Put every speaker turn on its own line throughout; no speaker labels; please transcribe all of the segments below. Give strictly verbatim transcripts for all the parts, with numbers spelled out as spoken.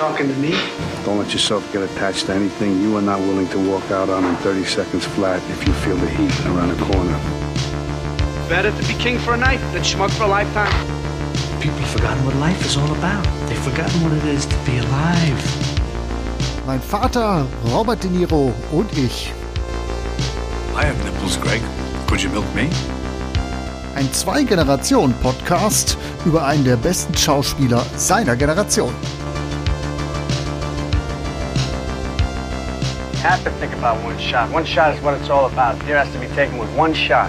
talking to me?
Don't let yourself get attached to anything you are not willing to walk out on in thirty seconds flat if you feel the heat around the corner.
Better to be king for a night than schmuck for a lifetime.
People have forgotten what life is all about. They've forgotten what it is to be alive.
Mein Vater, Robert De Niro und ich.
I have nipples, Greg. Could you milk me?
Ein Zwei-Generationen-Podcast über einen der besten Schauspieler seiner Generation.
You have to think about one shot. One shot is what it's all about. Here has to be taken with one shot.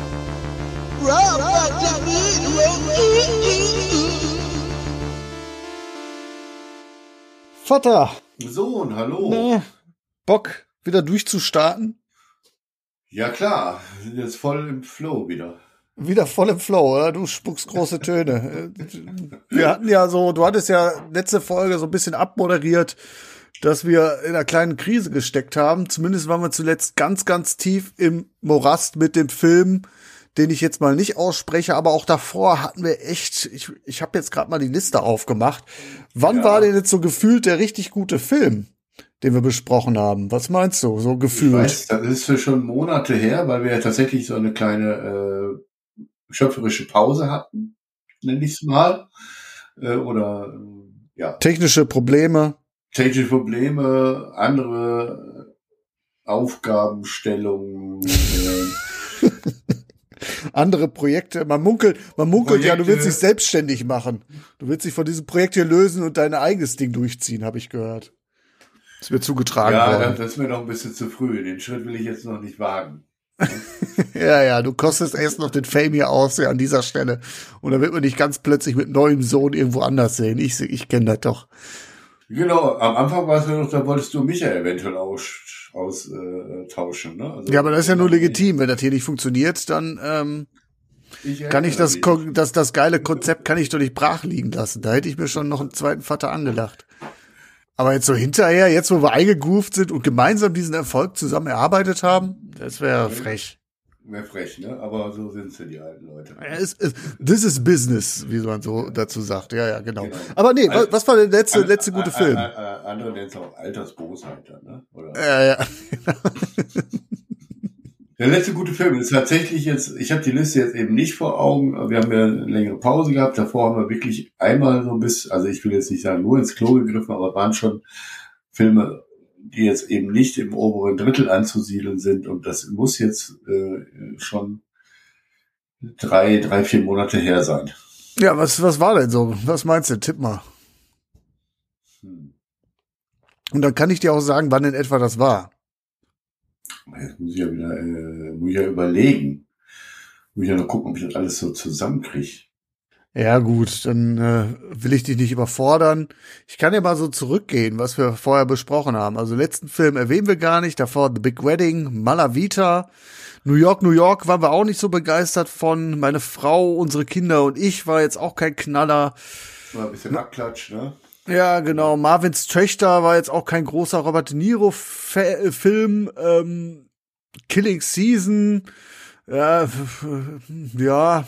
Vater.
Sohn, hallo.
Na, Bock, wieder durchzustarten?
Ja klar, wir sind jetzt voll im Flow wieder.
Wieder voll im Flow, oder? Du spuckst große Töne. Wir hatten ja so, du hattest ja letzte Folge so ein bisschen abmoderiert, dass wir in einer kleinen Krise gesteckt haben. Zumindest waren wir zuletzt ganz, ganz tief im Morast mit dem Film, den ich jetzt mal nicht ausspreche, aber auch davor hatten wir echt, ich, ich habe jetzt gerade mal die Liste aufgemacht. Wann ja. war denn jetzt so gefühlt der richtig gute Film, den wir besprochen haben? Was meinst du, so gefühlt?
Ich weiß, das ist für schon Monate her, weil wir ja tatsächlich so eine kleine äh, schöpferische Pause hatten, nenne ich es mal. Äh, oder äh, ja.
Technische Probleme.
Technische Probleme, andere Aufgabenstellungen. äh,
Andere Projekte. Man munkelt, man munkelt Projekte. Ja, du willst dich selbstständig machen. Du willst dich von diesem Projekt hier lösen und dein eigenes Ding durchziehen, habe ich gehört. Das wird zugetragen
ja,
worden.
Ja, das ist mir noch ein bisschen zu früh. Den Schritt will ich jetzt noch nicht wagen.
ja, ja, du kostest erst noch den Fame hier aus, ja, an dieser Stelle. Und dann wird man dich ganz plötzlich mit neuem Sohn irgendwo anders sehen. Ich, ich kenne das doch.
Genau, am Anfang war es ja noch, da wolltest du mich ja eventuell aus, aus äh, tauschen, ne? Also,
ja, aber das ist ja nur legitim. Wenn das hier nicht funktioniert, dann ähm, ich kann ich das, das, das geile Konzept kann ich doch nicht brach liegen lassen. Da hätte ich mir schon noch einen zweiten Vater angelacht. Aber jetzt so hinterher, jetzt wo wir eingegroovt sind und gemeinsam diesen Erfolg zusammen erarbeitet haben, das wäre frech.
Wäre frech, ne? Aber so sind sie, die alten Leute.
Ja, es, es, this is business, wie man so dazu sagt. Ja, ja, genau. genau. Aber nee, was, was war der letzte, an, letzte gute an, Film?
An, an, andere nennen es auch Altersbosheit, ne? Oder?
Ja, ja.
Der letzte gute Film ist tatsächlich jetzt, ich habe die Liste jetzt eben nicht vor Augen, wir haben ja eine längere Pause gehabt, davor haben wir wirklich einmal so ein bisschen, also ich will jetzt nicht sagen, nur ins Klo gegriffen, aber waren schon Filme, die jetzt eben nicht im oberen Drittel anzusiedeln sind, und das muss jetzt äh, schon drei, drei, vier Monate her sein.
Ja, was, was war denn so? Was meinst du? Tipp mal. Hm. Und dann kann ich dir auch sagen, wann in etwa das war.
Jetzt muss ich ja wieder, äh, muss ich ja überlegen. Muss ich ja noch gucken, ob ich das alles so zusammenkriege.
Ja gut, dann äh, will ich dich nicht überfordern. Ich kann ja mal so zurückgehen, was wir vorher besprochen haben. Also letzten Film erwähnen wir gar nicht. Davor The Big Wedding, Malavita, New York, New York waren wir auch nicht so begeistert von. Meine Frau, unsere Kinder und ich war jetzt auch kein Knaller.
War ein bisschen Abklatsch, ne?
Ja, genau. Marvins Töchter war jetzt auch kein großer Robert De Niro-Film. Ähm, Killing Season, ja, ja.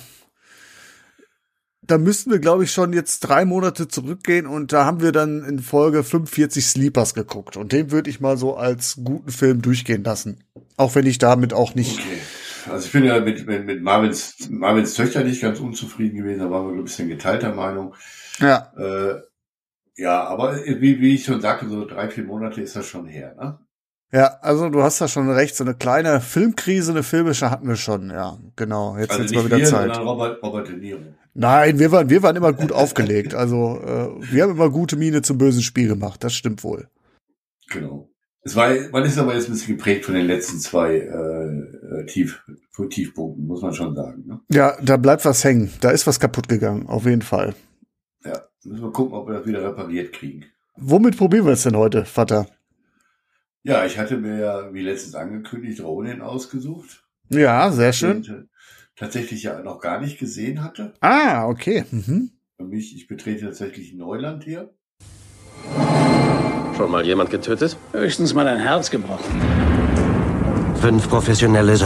Da müssten wir, glaube ich, schon jetzt drei Monate zurückgehen, und da haben wir dann in Folge fünfundvierzig Sleepers geguckt. Und den würde ich mal so als guten Film durchgehen lassen. Auch wenn ich damit auch nicht...
Okay. Also ich bin ja mit, mit, mit Marvins, Marvins Töchter nicht ganz unzufrieden gewesen, da waren wir ein bisschen geteilter Meinung.
Ja.
Äh, ja, aber wie, wie ich schon sagte, so drei, vier Monate ist das schon her, ne?
Ja, also du hast da schon recht, so eine kleine Filmkrise, eine filmische hatten wir schon, ja, genau. Jetzt
also
ist mal wieder
wir,
Zeit.
Robert, Robert De Niro.
Nein, wir waren, wir waren immer gut aufgelegt. Also äh, wir haben immer gute Miene zum bösen Spiel gemacht. Das stimmt wohl.
Genau. Es war, man ist aber jetzt ein bisschen geprägt von den letzten zwei äh, Tief, Tiefpunkten, muss man schon sagen. Ne?
Ja, da bleibt was hängen. Da ist was kaputt gegangen, auf jeden Fall.
Ja, müssen wir gucken, ob wir das wieder repariert kriegen.
Womit probieren wir es denn heute, Vater?
Ja, ich hatte mir ja, wie letztens angekündigt, Ronin ausgesucht.
Ja, sehr schön.
Und tatsächlich ja noch gar nicht gesehen hatte.
Ah, okay. Mhm.
Für mich, ich betrete tatsächlich Neuland hier.
Schon mal jemand getötet?
Höchstens mal ein Herz gebrochen.
Fünf professionelle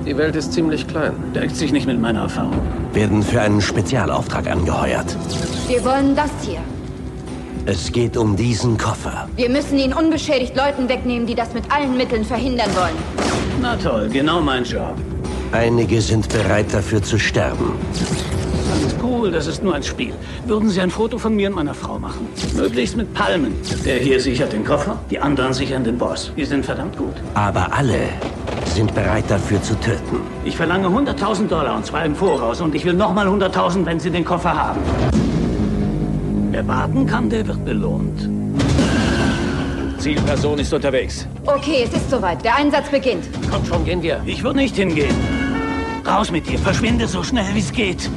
Die Welt ist ziemlich klein.
Deckt sich nicht mit meiner Erfahrung.
Werden für einen Spezialauftrag angeheuert.
Wir wollen das hier.
Es geht um diesen Koffer.
Wir müssen ihn unbeschädigt Leuten wegnehmen, die das mit allen Mitteln verhindern wollen.
Na toll, genau mein Job.
Einige sind bereit dafür zu sterben.
Alles cool, das ist nur ein Spiel. Würden Sie ein Foto von mir und meiner Frau machen? Möglichst mit Palmen. Der hier sichert den Koffer, die anderen sichern den Boss. Wir sind verdammt gut.
Aber alle sind bereit dafür zu töten.
Ich verlange hunderttausend Dollar und zwar im Voraus und ich will nochmal hunderttausend, wenn Sie den Koffer haben. Wer warten kann, der wird belohnt.
Zielperson ist unterwegs.
Okay, es ist soweit. Der Einsatz beginnt.
Kommt schon, gehen wir.
Ich würde nicht hingehen. Raus mit dir, verschwinde so schnell wie es geht.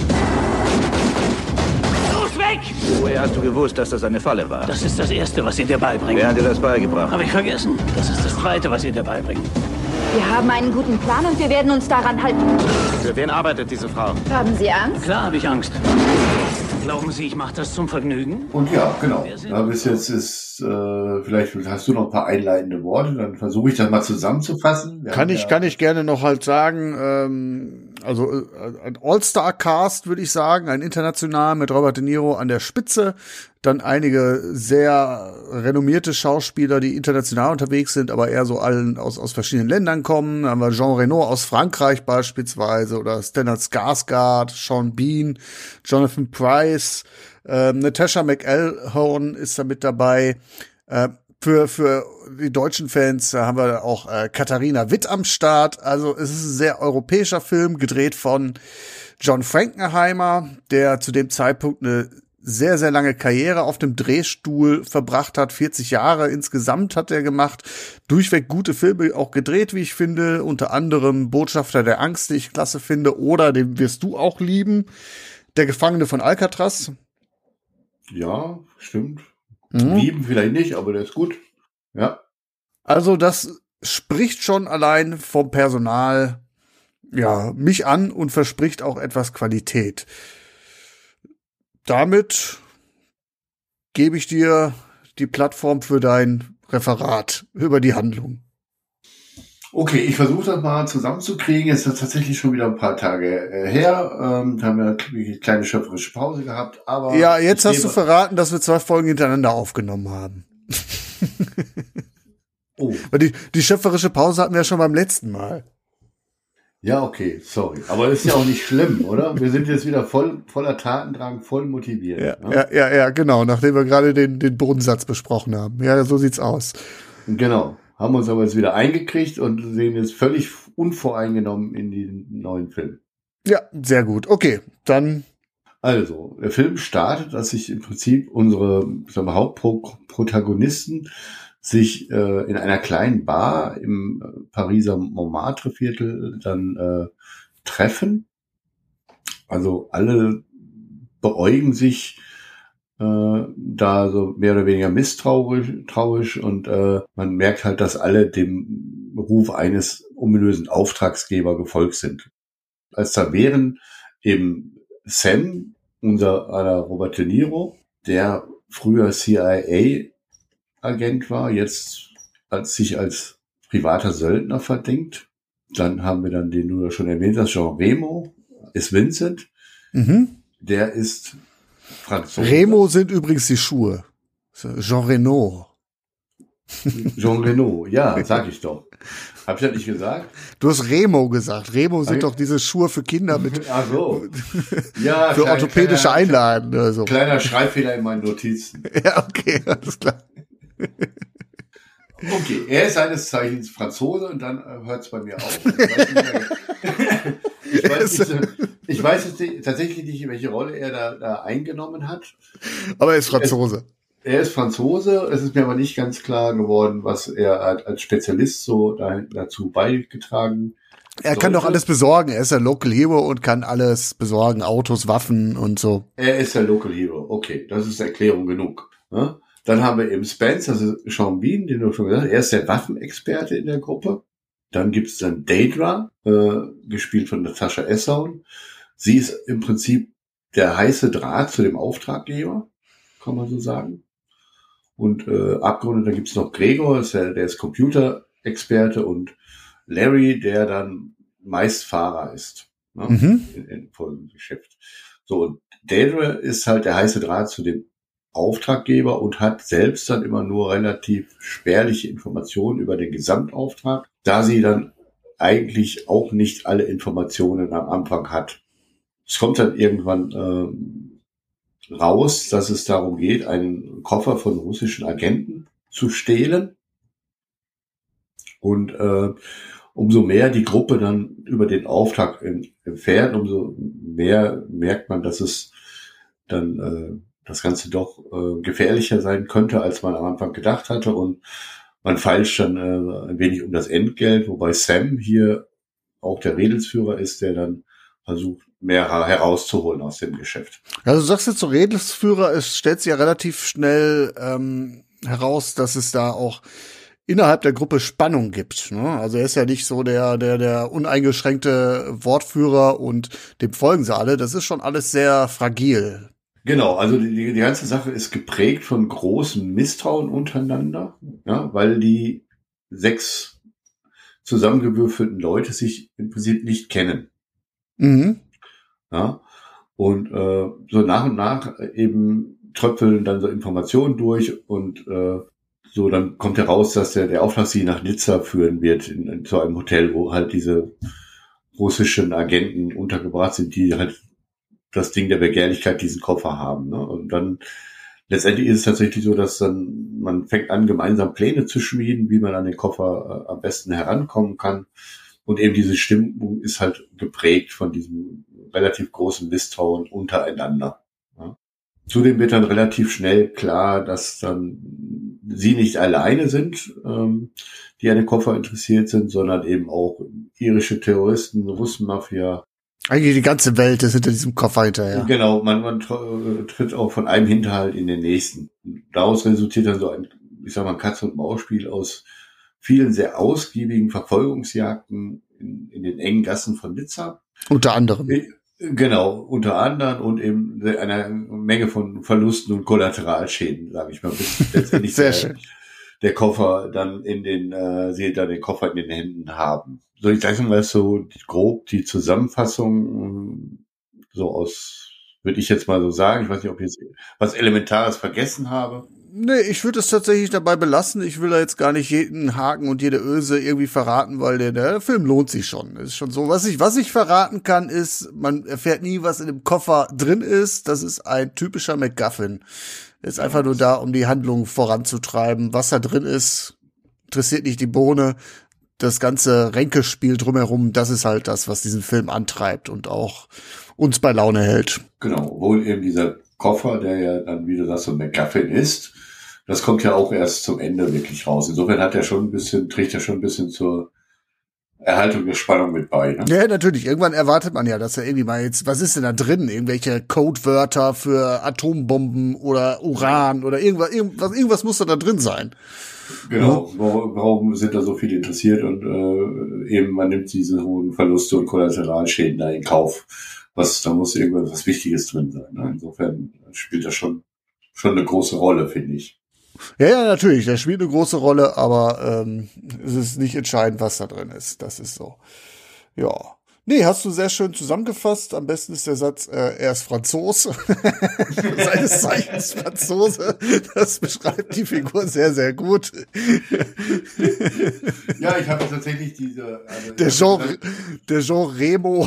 Los, weg!
Woher hast du gewusst, dass das eine Falle war?
Das ist das Erste, was Sie dir beibringen.
Wer hat dir das beigebracht?
Habe ich vergessen. Das ist das Zweite, was Sie dir beibringen.
Wir haben einen guten Plan und wir werden uns daran halten.
Für wen arbeitet diese Frau?
Haben Sie Angst?
Klar habe ich Angst. Glauben Sie, ich mache das zum Vergnügen?
Und ja, genau. Da bis jetzt ist, äh, vielleicht hast du noch ein paar einleitende Worte, dann versuche ich das mal zusammenzufassen. Wir
Kann ich,
ja
kann ich gerne noch halt sagen, ähm, also äh, ein All-Star-Cast, würde ich sagen, ein international mit Robert De Niro an der Spitze, dann einige sehr renommierte Schauspieler, die international unterwegs sind, aber eher so allen aus, aus verschiedenen Ländern kommen. Da haben wir Jean Reno aus Frankreich beispielsweise oder Stellan Skarsgård, Sean Bean, Jonathan Pryce, äh, Natasha McElhone ist da mit dabei. Äh, Für, für die deutschen Fans haben wir auch äh, Katharina Witt am Start. Also es ist ein sehr europäischer Film, gedreht von John Frankenheimer, der zu dem Zeitpunkt eine sehr, sehr lange Karriere auf dem Drehstuhl verbracht hat. vierzig Jahre insgesamt hat er gemacht. Durchweg gute Filme auch gedreht, wie ich finde. Unter anderem Botschafter der Angst, die ich klasse finde. Oder den wirst du auch lieben. Der Gefangene von Alcatraz.
Ja, stimmt.
Mhm.
Lieben vielleicht nicht, aber der ist gut. Ja.
Also das spricht schon allein vom Personal, ja, mich an und verspricht auch etwas Qualität. Damit gebe ich dir die Plattform für dein Referat über die Handlung.
Okay, ich versuche das mal zusammenzukriegen. Es ist tatsächlich schon wieder ein paar Tage äh, her. Ähm, da haben wir eine kleine schöpferische Pause gehabt. Aber
ja, jetzt hast
gebe,
du verraten, dass wir zwei Folgen hintereinander aufgenommen haben.
Oh.
Weil die, die schöpferische Pause hatten wir ja schon beim letzten Mal.
Ja, okay, sorry. Aber ist ja auch nicht schlimm, oder? Wir sind jetzt wieder voll voller Tatendrang, voll motiviert.
Ja,
ne?
ja, ja, ja, genau, nachdem wir gerade den, den Bodensatz besprochen haben. Ja, so sieht's aus.
Genau. Haben uns aber jetzt wieder eingekriegt und sehen jetzt völlig unvoreingenommen in den neuen Film.
Ja, sehr gut. Okay, dann.
Also, der Film startet, dass sich im Prinzip unsere sagen wir, Hauptprotagonisten sich äh, in einer kleinen Bar im Pariser Montmartre-Viertel dann äh, treffen. Also alle beäugen sich äh, da so mehr oder weniger misstrauisch trauisch und äh, man merkt halt, dass alle dem Ruf eines ominösen Auftragsgeber gefolgt sind. Als da wären eben Sam, unser aller Robert De Niro, der früher C I A-Agent war, jetzt als sich als privater Söldner verdingt. Dann haben wir dann den du ja schon erwähnt hast, Jean Reno, ist Vincent.
Mhm.
Der ist Franzose.
Remo sind übrigens die Schuhe. Jean Reno.
Jean Reno, ja, sag ich doch. Hab ich ja nicht gesagt?
Du hast Remo gesagt. Remo sind
Ach,
doch diese Schuhe für Kinder mit
Ach so. Ja,
für
klein,
orthopädische
kleiner,
Einlagen oder so.
Kleiner Schreibfehler in meinen Notizen.
Ja, okay, alles klar.
Okay, er ist seines Zeichens Franzose und dann äh, hört es bei mir auf. Ich weiß, nicht, ich, weiß nicht, ich weiß jetzt nicht, tatsächlich nicht, welche Rolle er da, da eingenommen hat.
Aber er ist Franzose.
Er, er ist Franzose, es ist mir aber nicht ganz klar geworden, was er als Spezialist so da, dazu beigetragen hat.
Er kann doch alles besorgen. Er ist ein Local Hero und kann alles besorgen. Autos, Waffen und so.
Er ist der Local Hero. Okay, das ist Erklärung genug. Ne? Dann haben wir eben Spence, das ist Sean Bean, den du schon gesagt hast. Er ist der Waffenexperte in der Gruppe. Dann gibt es dann Deidre, äh, gespielt von Natasha Essahn. Sie ist im Prinzip der heiße Draht zu dem Auftraggeber, kann man so sagen. Und äh, abgerundet, da gibt es noch Gregor, ist der, der ist Computerexperte und Larry, der dann meist Fahrer ist, ne?
Mhm.
in, in folgendem Geschäft. So, und Deirdre ist halt der heiße Draht zu dem Auftraggeber und hat selbst dann immer nur relativ spärliche Informationen über den Gesamtauftrag, da sie dann eigentlich auch nicht alle Informationen am Anfang hat. Es kommt dann irgendwann ähm, raus, dass es darum geht, einen Koffer von russischen Agenten zu stehlen. Und äh, umso mehr die Gruppe dann über den Auftrag entfernt, umso mehr merkt man, dass es dann äh, das Ganze doch äh, gefährlicher sein könnte, als man am Anfang gedacht hatte. Und man feilscht dann äh, ein wenig um das Entgelt, wobei Sam hier auch der Redelsführer ist, der dann versucht, mehr herauszuholen aus dem Geschäft.
Ja, du sagst jetzt so Redelsführer, es stellt sich ja relativ schnell ähm, heraus, dass es da auch innerhalb der Gruppe Spannung gibt, ne? Also er ist ja nicht so der der der uneingeschränkte Wortführer und dem folgen sie alle. Das ist schon alles sehr fragil.
Genau, also die, die ganze Sache ist geprägt von großem Misstrauen untereinander, ja, weil die sechs zusammengewürfelten Leute sich im Prinzip nicht kennen.
Mhm.
Ja, und äh, so nach und nach eben tröpfeln dann so Informationen durch und äh, so, dann kommt heraus, dass der, der Auftrag sie nach Nizza führen wird, in, in zu einem Hotel, wo halt diese russischen Agenten untergebracht sind, die halt das Ding der Begehrlichkeit, diesen Koffer haben. Ne? Und dann letztendlich ist es tatsächlich so, dass dann man fängt an, gemeinsam Pläne zu schmieden, wie man an den Koffer äh, am besten herankommen kann. Und eben diese Stimmung ist halt geprägt von diesem relativ großen Misstrauen untereinander. Ja? Zudem wird dann relativ schnell klar, dass dann sie nicht alleine sind, ähm, die an den Koffer interessiert sind, sondern eben auch irische Terroristen, Russenmafia.
Eigentlich die ganze Welt ist hinter diesem Koffer hinterher.
Genau, man, man tritt auch von einem Hinterhalt in den nächsten. Daraus resultiert dann so ein, ich sag mal, Katz- und Maus-Spiel aus vielen sehr ausgiebigen Verfolgungsjagden in, in den engen Gassen von Nizza.
Unter anderem.
Genau, unter anderem und eben einer Menge von Verlusten und Kollateralschäden, sage ich mal, bis letztendlich
Sehr
der,
schön.
der Koffer dann in den, äh, sie dann den Koffer in den Händen haben. So, ich sage mal so grob die Zusammenfassung, so aus, würde ich jetzt mal so sagen, ich weiß nicht, ob ich jetzt was Elementares vergessen habe.
Nee, ich würde es tatsächlich dabei belassen. Ich will da jetzt gar nicht jeden Haken und jede Öse irgendwie verraten, weil der, der Film lohnt sich schon. Ist schon so. Was ich, was ich verraten kann, ist, man erfährt nie, was in dem Koffer drin ist. Das ist ein typischer MacGuffin. Ist einfach nur da, um die Handlung voranzutreiben. Was da drin ist, interessiert nicht die Bohne. Das ganze Ränkespiel drumherum, das ist halt das, was diesen Film antreibt und auch uns bei Laune hält.
Genau, wohl eben dieser Koffer, der ja dann, wie du sagst, so ein MacGuffin ist, das kommt ja auch erst zum Ende wirklich raus. Insofern hat er schon ein bisschen, trägt er schon ein bisschen zur Erhaltung der Spannung mit bei. Ne?
Ja, natürlich. Irgendwann erwartet man ja, dass er irgendwie mal jetzt, was ist denn da drin? Irgendwelche Codewörter für Atombomben oder Uran oder irgendwas, irgendwas, irgendwas muss da, da drin sein.
Genau, warum, warum sind da so viele interessiert und äh, eben man nimmt diese hohen Verluste und Kollateralschäden da in Kauf. Was, da muss irgendwas Wichtiges drin sein. Ne? Insofern spielt das schon schon eine große Rolle, finde ich.
Ja, ja, natürlich, das spielt eine große Rolle, aber ähm, es ist nicht entscheidend, was da drin ist. Das ist so. Ja. Nee, hast du sehr schön zusammengefasst. Am besten ist der Satz, äh, er ist Franzos. Seines Zeichens Franzose. Das beschreibt die Figur sehr, sehr gut.
Ja, ich habe tatsächlich diese... Also
der, Jean, der Jean Remo.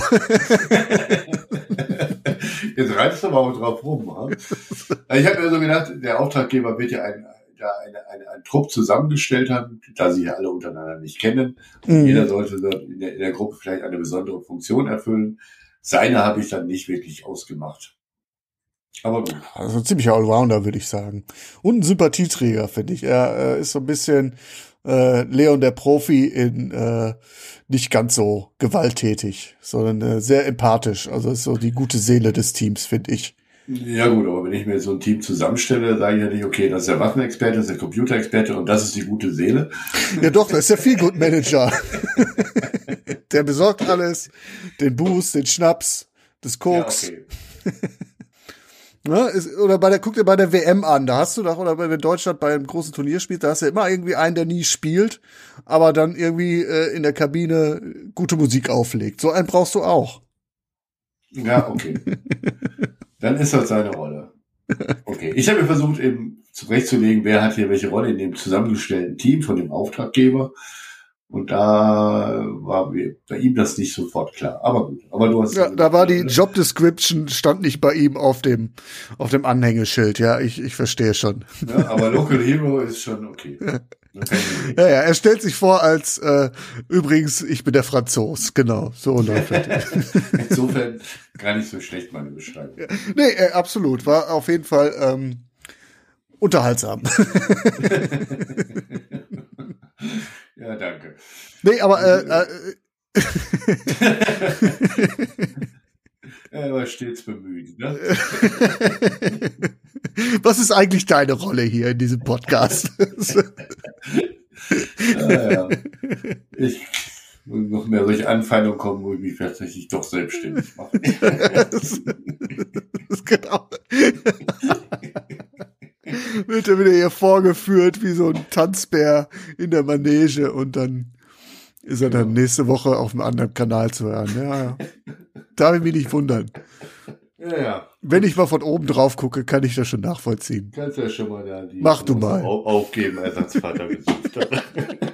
Jetzt reibst du aber auch drauf rum. Ne? Ich habe mir so gedacht, der Auftraggeber wird ja ein, da eine, eine, einen Trupp zusammengestellt haben, da sie ja alle untereinander nicht kennen. Mhm. Jeder sollte in der, in der Gruppe vielleicht eine besondere Funktion erfüllen. Seine habe ich dann nicht wirklich ausgemacht. Aber gut.
Also ein ziemlicher Allrounder, würde ich sagen. Und ein Sympathieträger, finde ich. Er äh, ist so ein bisschen äh, Leon der Profi in äh, nicht ganz so gewalttätig, sondern äh, sehr empathisch. Also ist so die gute Seele des Teams, finde ich.
Ja gut, aber wenn ich mir so ein Team zusammenstelle, sage ich ja nicht, okay, das ist der Waffenexperte, das ist der Computerexperte und das ist die gute Seele.
Ja doch, das ist der Feelgood-Manager. Der besorgt alles, den Boost, den Schnaps, des Koks.
Ja, okay.
Ne, ist, oder bei der, guck dir bei der W M an, da hast du doch, oder wenn Deutschland bei einem großen Turnier spielt, da hast du ja immer irgendwie einen, der nie spielt, aber dann irgendwie äh, in der Kabine gute Musik auflegt. So einen brauchst du auch.
Ja, okay. Dann ist das seine Rolle. Okay. Ich habe mir versucht, eben zurechtzulegen, wer hat hier welche Rolle in dem zusammengestellten Team von dem Auftraggeber. Und da war bei ihm das nicht sofort klar. Aber gut. Aber du hast
ja, da war die Job Description, stand nicht bei ihm auf dem, auf dem Anhängeschild. Ja, ich, ich verstehe schon.
Ja, aber Local Hero ist schon okay.
Ja, ja, er stellt sich vor als, äh, übrigens, ich bin der Franzos. Genau, so ungefähr.
Insofern gar nicht so schlecht, meine Beschreibung.
Ja, nee, äh, absolut. War auf jeden Fall ähm, unterhaltsam.
Ja, danke.
Nee, aber äh, äh,
er war stets bemüht, ne?
Was ist eigentlich deine Rolle hier in diesem Podcast?
Ja, ja. Ich will noch mehr solche Anfeindungen kommen, wo ich mich tatsächlich doch selbstständig mache.
das, das genau. Wird er wieder hier vorgeführt wie so ein Tanzbär in der Manege und dann ist er dann nächste Woche auf einem anderen Kanal zu hören. Ja, ja. Darf ich mich nicht wundern.
Ja, ja.
Wenn ich mal von oben drauf gucke, kann ich das schon nachvollziehen.
Kannst ja schon mal da die
Mach du mal.
Aufgeben, Ersatzvater gesucht hat.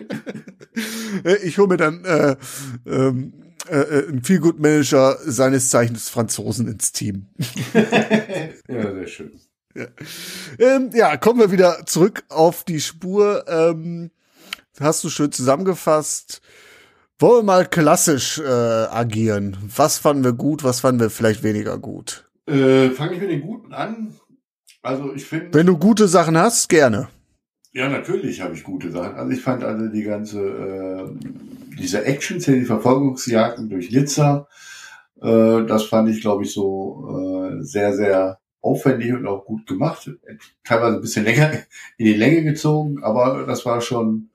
Ich hole mir dann äh, ähm, äh, einen Feelgood-Manager seines Zeichens Franzosen ins Team.
Ja, sehr schön.
Ja. Ähm, ja, kommen wir wieder zurück auf die Spur. Ähm, hast du schön zusammengefasst. Wollen wir mal klassisch äh, agieren? Was fanden wir gut, was fanden wir vielleicht weniger gut?
Äh, Fange ich mit den Guten an. Also ich finde...
Wenn du gute Sachen hast, gerne.
Ja, natürlich habe ich gute Sachen. Also ich fand also die ganze, äh, diese Action-Szene, die Verfolgungsjagden durch Nizza, äh, das fand ich, glaube ich, so äh, sehr, sehr aufwendig und auch gut gemacht. Teilweise ein bisschen länger in die Länge gezogen, aber das war schon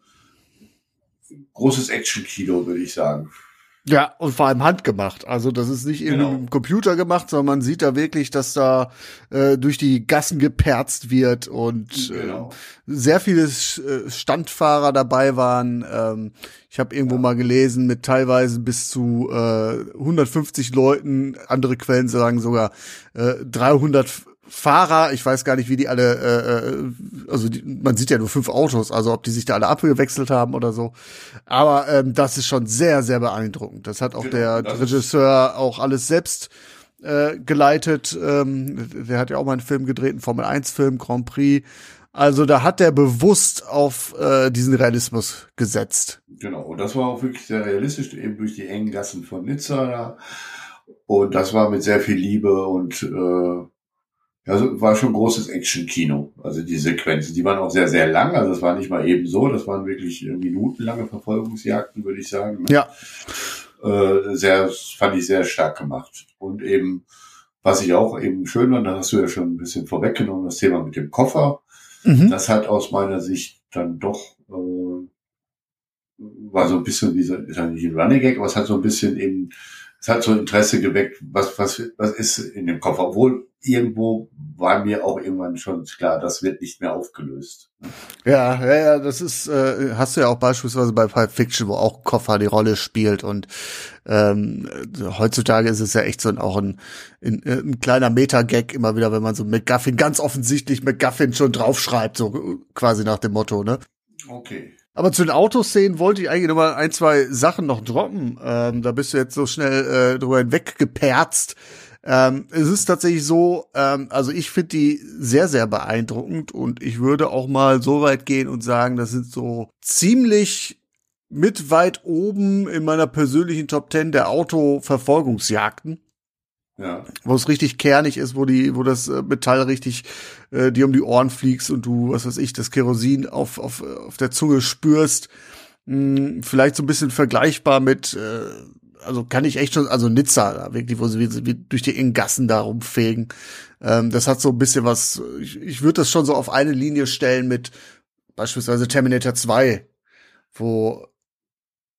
großes Action-Kino, würde ich sagen.
Ja, und vor allem handgemacht. Also das ist nicht irgendwie
Genau.
mit dem Computer gemacht, sondern man sieht da wirklich, dass da äh, durch die Gassen geperzt wird und
Genau.
äh, sehr viele äh, Standfahrer dabei waren. Ähm, ich habe irgendwo
Ja.
mal gelesen, mit teilweise bis zu äh, hundertfünfzig Leuten. Andere Quellen sagen sogar äh, dreihundert Fahrer, ich weiß gar nicht, wie die alle, äh, also die, man sieht ja nur fünf Autos, also ob die sich da alle abgewechselt haben oder so. Aber ähm, das ist schon sehr, sehr beeindruckend. Das hat auch
Genau,
der
das
Regisseur auch alles selbst äh, geleitet. Ähm, der hat ja auch mal einen Film gedreht, einen Formel eins Film, Grand Prix. Also da hat der bewusst auf äh, diesen Realismus gesetzt.
Genau, und das war auch wirklich sehr realistisch, eben durch die engen Gassen von Nizza da. Und das war mit sehr viel Liebe und äh, also war schon großes Action-Kino. Also die Sequenzen, die waren auch sehr, sehr lang. Also das war nicht mal eben so, das waren wirklich minutenlange Verfolgungsjagden, würde ich sagen. Ne?
Ja.
Äh, sehr, fand ich sehr stark gemacht. Und eben, was ich auch eben schön fand, da hast du ja schon ein bisschen vorweggenommen, das Thema mit dem Koffer.
Mhm.
Das hat aus meiner Sicht dann doch, äh, war so ein bisschen, wie so, ist ja nicht ein Running Gag, aber es hat so ein bisschen eben, es hat so Interesse geweckt, was, was, was ist in dem Koffer. Obwohl, irgendwo war mir auch irgendwann schon klar, das wird nicht mehr aufgelöst.
Ja, ja, ja, das ist, äh, hast du ja auch beispielsweise bei Pulp Fiction, wo auch Koffer die Rolle spielt und ähm, heutzutage ist es ja echt so ein, auch ein, ein, ein kleiner Meta-Gag immer wieder, wenn man so MacGuffin, ganz offensichtlich MacGuffin schon draufschreibt, so quasi nach dem Motto, ne?
Okay.
Aber zu den Autoszenen wollte ich eigentlich noch mal ein, zwei Sachen noch droppen. Ähm, da bist du jetzt so schnell äh, drüber hinweg geperzt. Ähm, es ist tatsächlich so, ähm, also ich finde die sehr, sehr beeindruckend und ich würde auch mal so weit gehen und sagen, das sind so ziemlich mit weit oben in meiner persönlichen Top Ten der Autoverfolgungsjagden.
Ja.
Wo es richtig kernig ist, wo die, wo das Metall richtig äh, dir um die Ohren fliegst und du, was weiß ich, das Kerosin auf auf auf der Zunge spürst. Hm, vielleicht so ein bisschen vergleichbar mit, äh, also kann ich echt schon, also Nizza, wirklich, wo sie wie, wie durch die engen Gassen da rumfegen. Ähm, das hat so ein bisschen was, ich, ich würde das schon so auf eine Linie stellen mit beispielsweise Terminator zwei, wo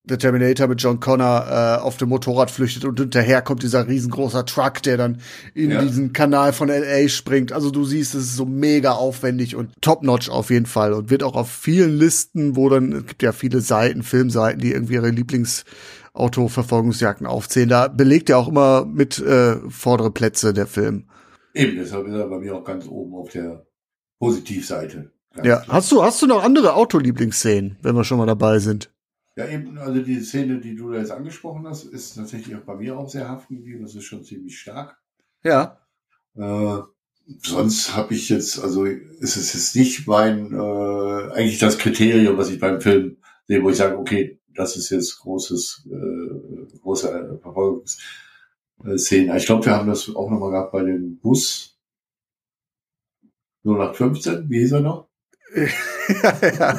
der Terminator mit John Connor äh, auf dem Motorrad flüchtet und hinterher kommt dieser riesengroßer Truck, der dann in ja. diesen Kanal von L A springt. Also du siehst, es ist so mega aufwendig und top-notch auf jeden Fall und wird auch auf vielen Listen, wo dann, es gibt ja viele Seiten, Filmseiten, die irgendwie ihre Lieblingsautoverfolgungsjagden aufzählen. Da belegt er auch immer mit äh, vordere Plätze der Film.
Eben, deshalb ist er bei mir auch ganz oben auf der Positivseite.
Ja, klar. hast du hast du noch andere Autolieblingsszenen, wenn wir schon mal dabei sind?
Ja, eben, also die Szene, die du da jetzt angesprochen hast, ist tatsächlich auch bei mir auch sehr haften geblieben. Das ist schon ziemlich stark.
Ja.
Äh, sonst habe ich jetzt, also ist es jetzt nicht mein, äh, eigentlich das Kriterium, was ich beim Film sehe, wo ich sage, okay, das ist jetzt großes, äh, große Verfolgungsszene. Ich glaube, wir haben das auch nochmal gehabt bei dem Bus null acht fünfzehn, wie hieß er noch?
ja, ja.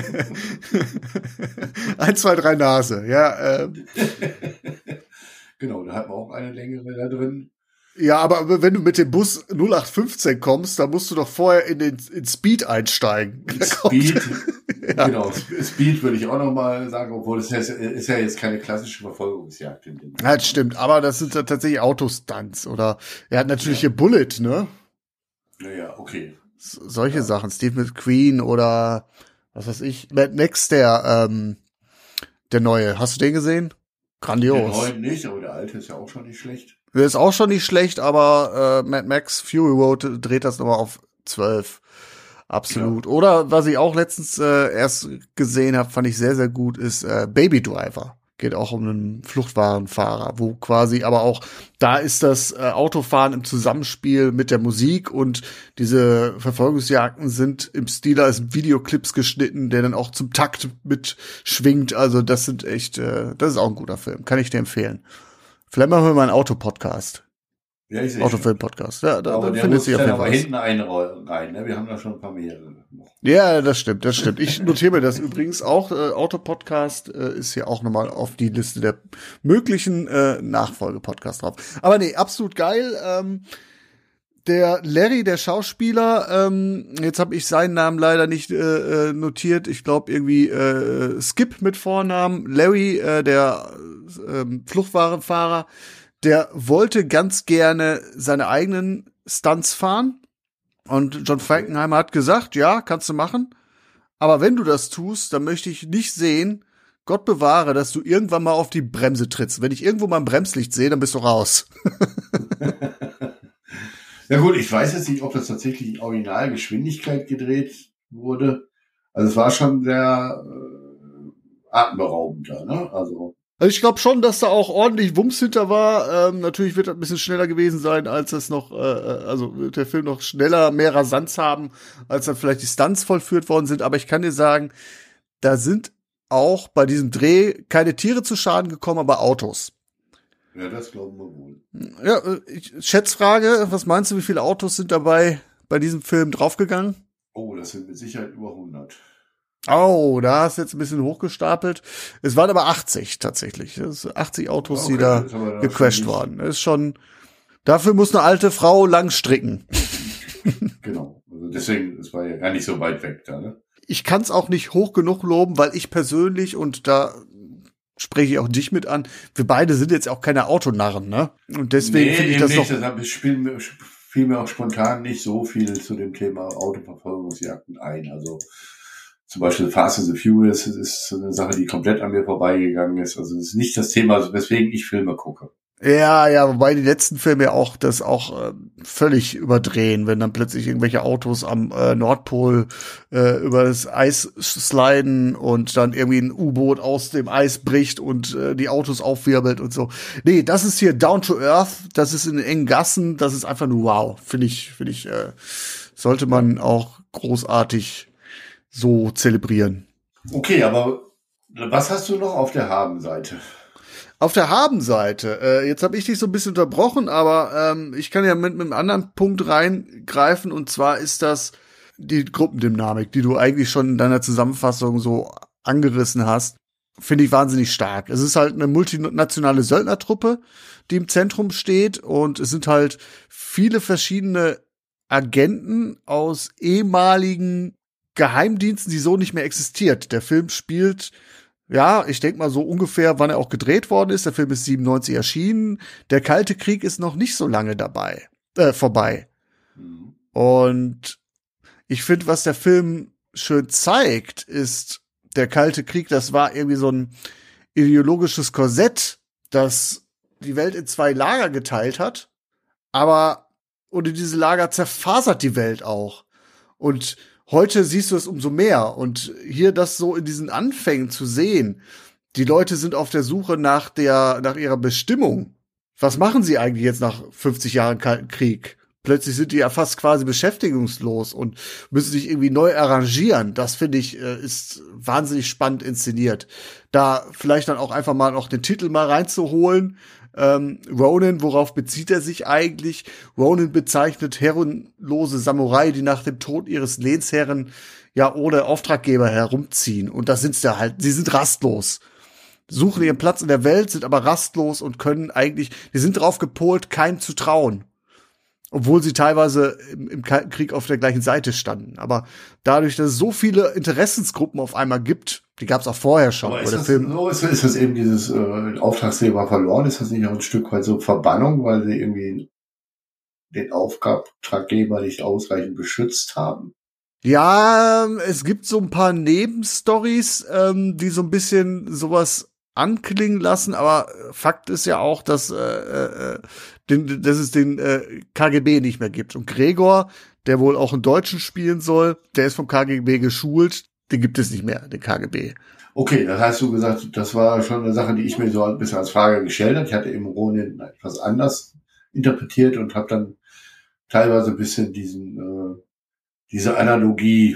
Eins, zwei, drei Nase, ja. Ähm.
Genau, da hat man auch eine längere da drin.
Ja, aber wenn du mit dem Bus null acht fünfzehn kommst, dann musst du doch vorher in den in Speed einsteigen.
In Speed,
ja.
Genau, Speed würde ich auch noch mal sagen, obwohl es ist, ist ja jetzt keine klassische Verfolgungsjagd in dem.
Ja, das stimmt, aber das sind ja tatsächlich Autostunts oder er hat natürlich ja. hier Bullet, ne?
Naja, okay.
Solche ja. Sachen, Steve McQueen oder was weiß ich, Mad Max, der ähm, der neue. Hast du den gesehen? Grandios.
Den neuen nicht, aber der alte ist ja auch schon nicht schlecht.
Der ist auch schon nicht schlecht, aber äh, Mad Max Fury Road dreht das nochmal auf zwölf. Absolut. Ja. Oder was ich auch letztens äh, erst gesehen habe, fand ich sehr, sehr gut, ist äh, Baby Driver. Geht auch um einen Fluchtwagenfahrer, wo quasi aber auch, da ist das äh, Autofahren im Zusammenspiel mit der Musik und diese Verfolgungsjagden sind im Stil als Videoclips geschnitten, der dann auch zum Takt mitschwingt. Also das sind echt, äh, das ist auch ein guter Film. Kann ich dir empfehlen. Vielleicht machen wir mal einen Autopodcast.
Ja, ich sehe
Autofilm-Podcast. Ja, da,
aber
da findet sich auf jeden Fall.
Aber hinten einrollen rein, ne? Wir haben da schon ein paar mehrere.
Ja, das stimmt, das stimmt. Ich notiere mir das übrigens auch. Äh, Autopodcast äh, ist hier auch nochmal auf die Liste der möglichen äh, Nachfolge-Podcasts drauf. Aber nee, absolut geil. Ähm, der Larry, der Schauspieler, ähm, jetzt habe ich seinen Namen leider nicht äh, notiert. Ich glaube irgendwie äh, Skip mit Vornamen. Larry, äh, der äh, Fluchtwagenfahrer, der wollte ganz gerne seine eigenen Stunts fahren. Und John Frankenheimer hat gesagt, ja, kannst du machen. Aber wenn du das tust, dann möchte ich nicht sehen, Gott bewahre, dass du irgendwann mal auf die Bremse trittst. Wenn ich irgendwo mal ein Bremslicht sehe, dann bist du raus.
Ja gut, ich weiß jetzt nicht, ob das tatsächlich in Originalgeschwindigkeit gedreht wurde. Also es war schon sehr äh, atemberaubend da, ne? Also
Also ich glaube schon, dass da auch ordentlich Wumms hinter war. Ähm, natürlich wird das ein bisschen schneller gewesen sein, als das noch, äh, also wird der Film noch schneller, mehr Rasanz haben, als dann vielleicht die Stunts vollführt worden sind. Aber ich kann dir sagen, da sind auch bei diesem Dreh keine Tiere zu Schaden gekommen, aber Autos.
Ja, das glauben wir wohl.
Ja, ich, Schätzfrage, was meinst du, wie viele Autos sind dabei bei diesem Film draufgegangen?
Oh, das sind mit Sicherheit über hundert.
Oh, da hast du jetzt ein bisschen hochgestapelt. Es waren aber achtzig tatsächlich. Das sind achtzig Autos, okay, die da gecrashed waren. Das ist schon, dafür muss eine alte Frau lang stricken.
Genau. Also deswegen, es war ja gar nicht so weit weg da, ne?
Ich kann es auch nicht hoch genug loben, weil ich persönlich, und da spreche ich auch dich mit an, wir beide sind jetzt auch keine Autonarren, ne? Und deswegen
nee,
finde ich das
nicht.
doch.
Deshalb spielen mir, fiel mir auch spontan nicht so viel zu dem Thema Autoverfolgungsjagden ein. Also zum Beispiel Fast and the Furious ist eine Sache, die komplett an mir vorbeigegangen ist. Also das ist nicht das Thema, weswegen ich Filme gucke.
Ja, ja, wobei die letzten Filme ja auch das auch äh, völlig überdrehen, wenn dann plötzlich irgendwelche Autos am äh, Nordpol äh, über das Eis sliden und dann irgendwie ein U-Boot aus dem Eis bricht und äh, die Autos aufwirbelt und so. Nee, das ist hier down to earth, das ist in engen Gassen, das ist einfach nur wow. Finde ich, finde ich, äh, sollte man auch großartig so zelebrieren.
Okay, aber was hast du noch auf der Habenseite?
Auf der Habenseite, äh, jetzt habe ich dich so ein bisschen unterbrochen, aber ähm, ich kann ja mit, mit einem anderen Punkt reingreifen, und zwar ist das die Gruppendynamik, die du eigentlich schon in deiner Zusammenfassung so angerissen hast, finde ich wahnsinnig stark. Es ist halt eine multinationale Söldnertruppe, die im Zentrum steht, und es sind halt viele verschiedene Agenten aus ehemaligen Geheimdiensten, die so nicht mehr existiert. Der Film spielt Ja, ich denke mal so ungefähr, wann er auch gedreht worden ist. Der Film ist siebenundneunzig erschienen. Der Kalte Krieg ist noch nicht so lange dabei, äh, vorbei. Mhm. Und ich finde, was der Film schön zeigt, ist, der Kalte Krieg, das war irgendwie so ein ideologisches Korsett, das die Welt in zwei Lager geteilt hat. Aber ohne diese Lager zerfasert die Welt auch. Und heute siehst du es umso mehr. Und hier das so in diesen Anfängen zu sehen, die Leute sind auf der Suche nach der, nach ihrer Bestimmung. Was machen sie eigentlich jetzt nach fünfzig Jahren Kalten Krieg? Plötzlich sind die ja fast quasi beschäftigungslos und müssen sich irgendwie neu arrangieren. Das finde ich, ist wahnsinnig spannend inszeniert. Da vielleicht dann auch einfach mal noch den Titel mal reinzuholen. Ähm, Ronin, worauf bezieht er sich eigentlich? Ronin bezeichnet herrenlose Samurai, die nach dem Tod ihres Lehnsherren ja ohne Auftraggeber herumziehen. Und das sind's ja halt, sie sind rastlos. Suchen ihren Platz in der Welt, sind aber rastlos und können eigentlich, die sind drauf gepolt, keinem zu trauen. Obwohl sie teilweise im, im Kalten Krieg auf der gleichen Seite standen. Aber dadurch, dass es so viele Interessensgruppen auf einmal gibt, die gab es auch vorher schon.
Aber ist, das, Film so, ist, ist das eben dieses äh, Auftragsgeber verloren? Ist das nicht auch ein Stück weit so Verbannung, weil sie irgendwie den Auftraggeber nicht ausreichend beschützt haben?
Ja, es gibt so ein paar Nebenstories, ähm, die so ein bisschen sowas anklingen lassen, aber Fakt ist ja auch, dass, äh, äh, den, dass es den äh, K G B nicht mehr gibt. Und Gregor, der wohl auch einen Deutschen spielen soll, der ist vom K G B geschult, den gibt es nicht mehr, den K G B.
Okay, das hast du gesagt, das war schon eine Sache, die ich mir so ein bisschen als Frage gestellt habe. Ich hatte eben Ronin etwas anders interpretiert und habe dann teilweise ein bisschen diesen äh, diese Analogie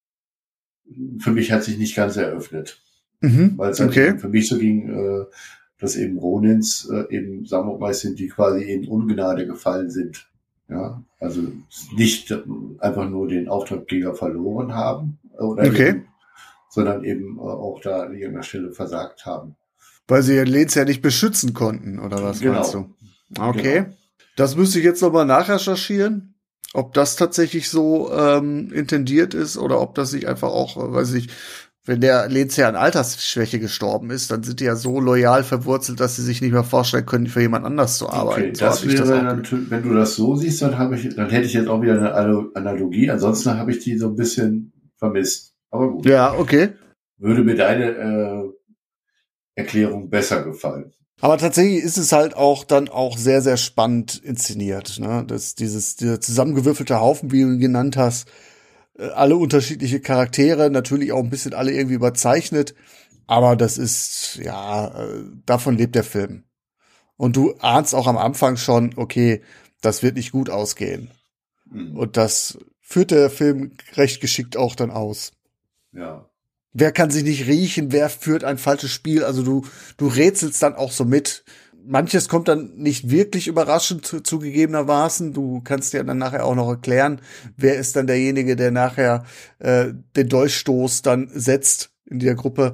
für mich hat sich nicht ganz eröffnet.
Mhm,
weil es
okay.
für mich so ging, äh, dass eben Ronins äh, eben Samurai sind, die quasi in Ungnade gefallen sind. Ja, also nicht einfach nur den Auftraggeber verloren haben, oder
okay.
eben, sondern eben äh, auch da an irgendeiner Stelle versagt haben.
Weil sie ihren Lehnsherr nicht beschützen konnten, oder was
genau.
meinst du? Okay.
Genau.
Das müsste ich jetzt nochmal nachrecherchieren, ob das tatsächlich so ähm, intendiert ist oder ob das sich einfach auch, äh, weiß ich, wenn der Lehnsherr an Altersschwäche gestorben ist, dann sind die ja so loyal verwurzelt, dass sie sich nicht mehr vorstellen können, für jemand anders zu arbeiten.
Okay,
so
das wäre
das
natürlich, wenn du das so siehst, dann habe ich, dann hätte ich jetzt auch wieder eine Analogie. Ansonsten habe ich die so ein bisschen vermisst. Aber gut.
Ja, okay.
Würde mir deine äh, Erklärung besser gefallen.
Aber tatsächlich ist es halt auch dann auch sehr, sehr spannend inszeniert, ne? Das, dieses, dieser zusammengewürfelte Haufen, wie du ihn genannt hast, alle unterschiedliche Charaktere, natürlich auch ein bisschen alle irgendwie überzeichnet, aber das ist, ja, davon lebt der Film. Und du ahnst auch am Anfang schon, okay, das wird nicht gut ausgehen. Mhm. Und das führt der Film recht geschickt auch dann aus.
Ja.
Wer kann sich nicht riechen, wer führt ein falsches Spiel, also du, du rätselst dann auch so mit. Manches kommt dann nicht wirklich überraschend zu, zugegebenermaßen. Du kannst ja dann nachher auch noch erklären, wer ist dann derjenige, der nachher äh, den Dolchstoß dann setzt in der Gruppe.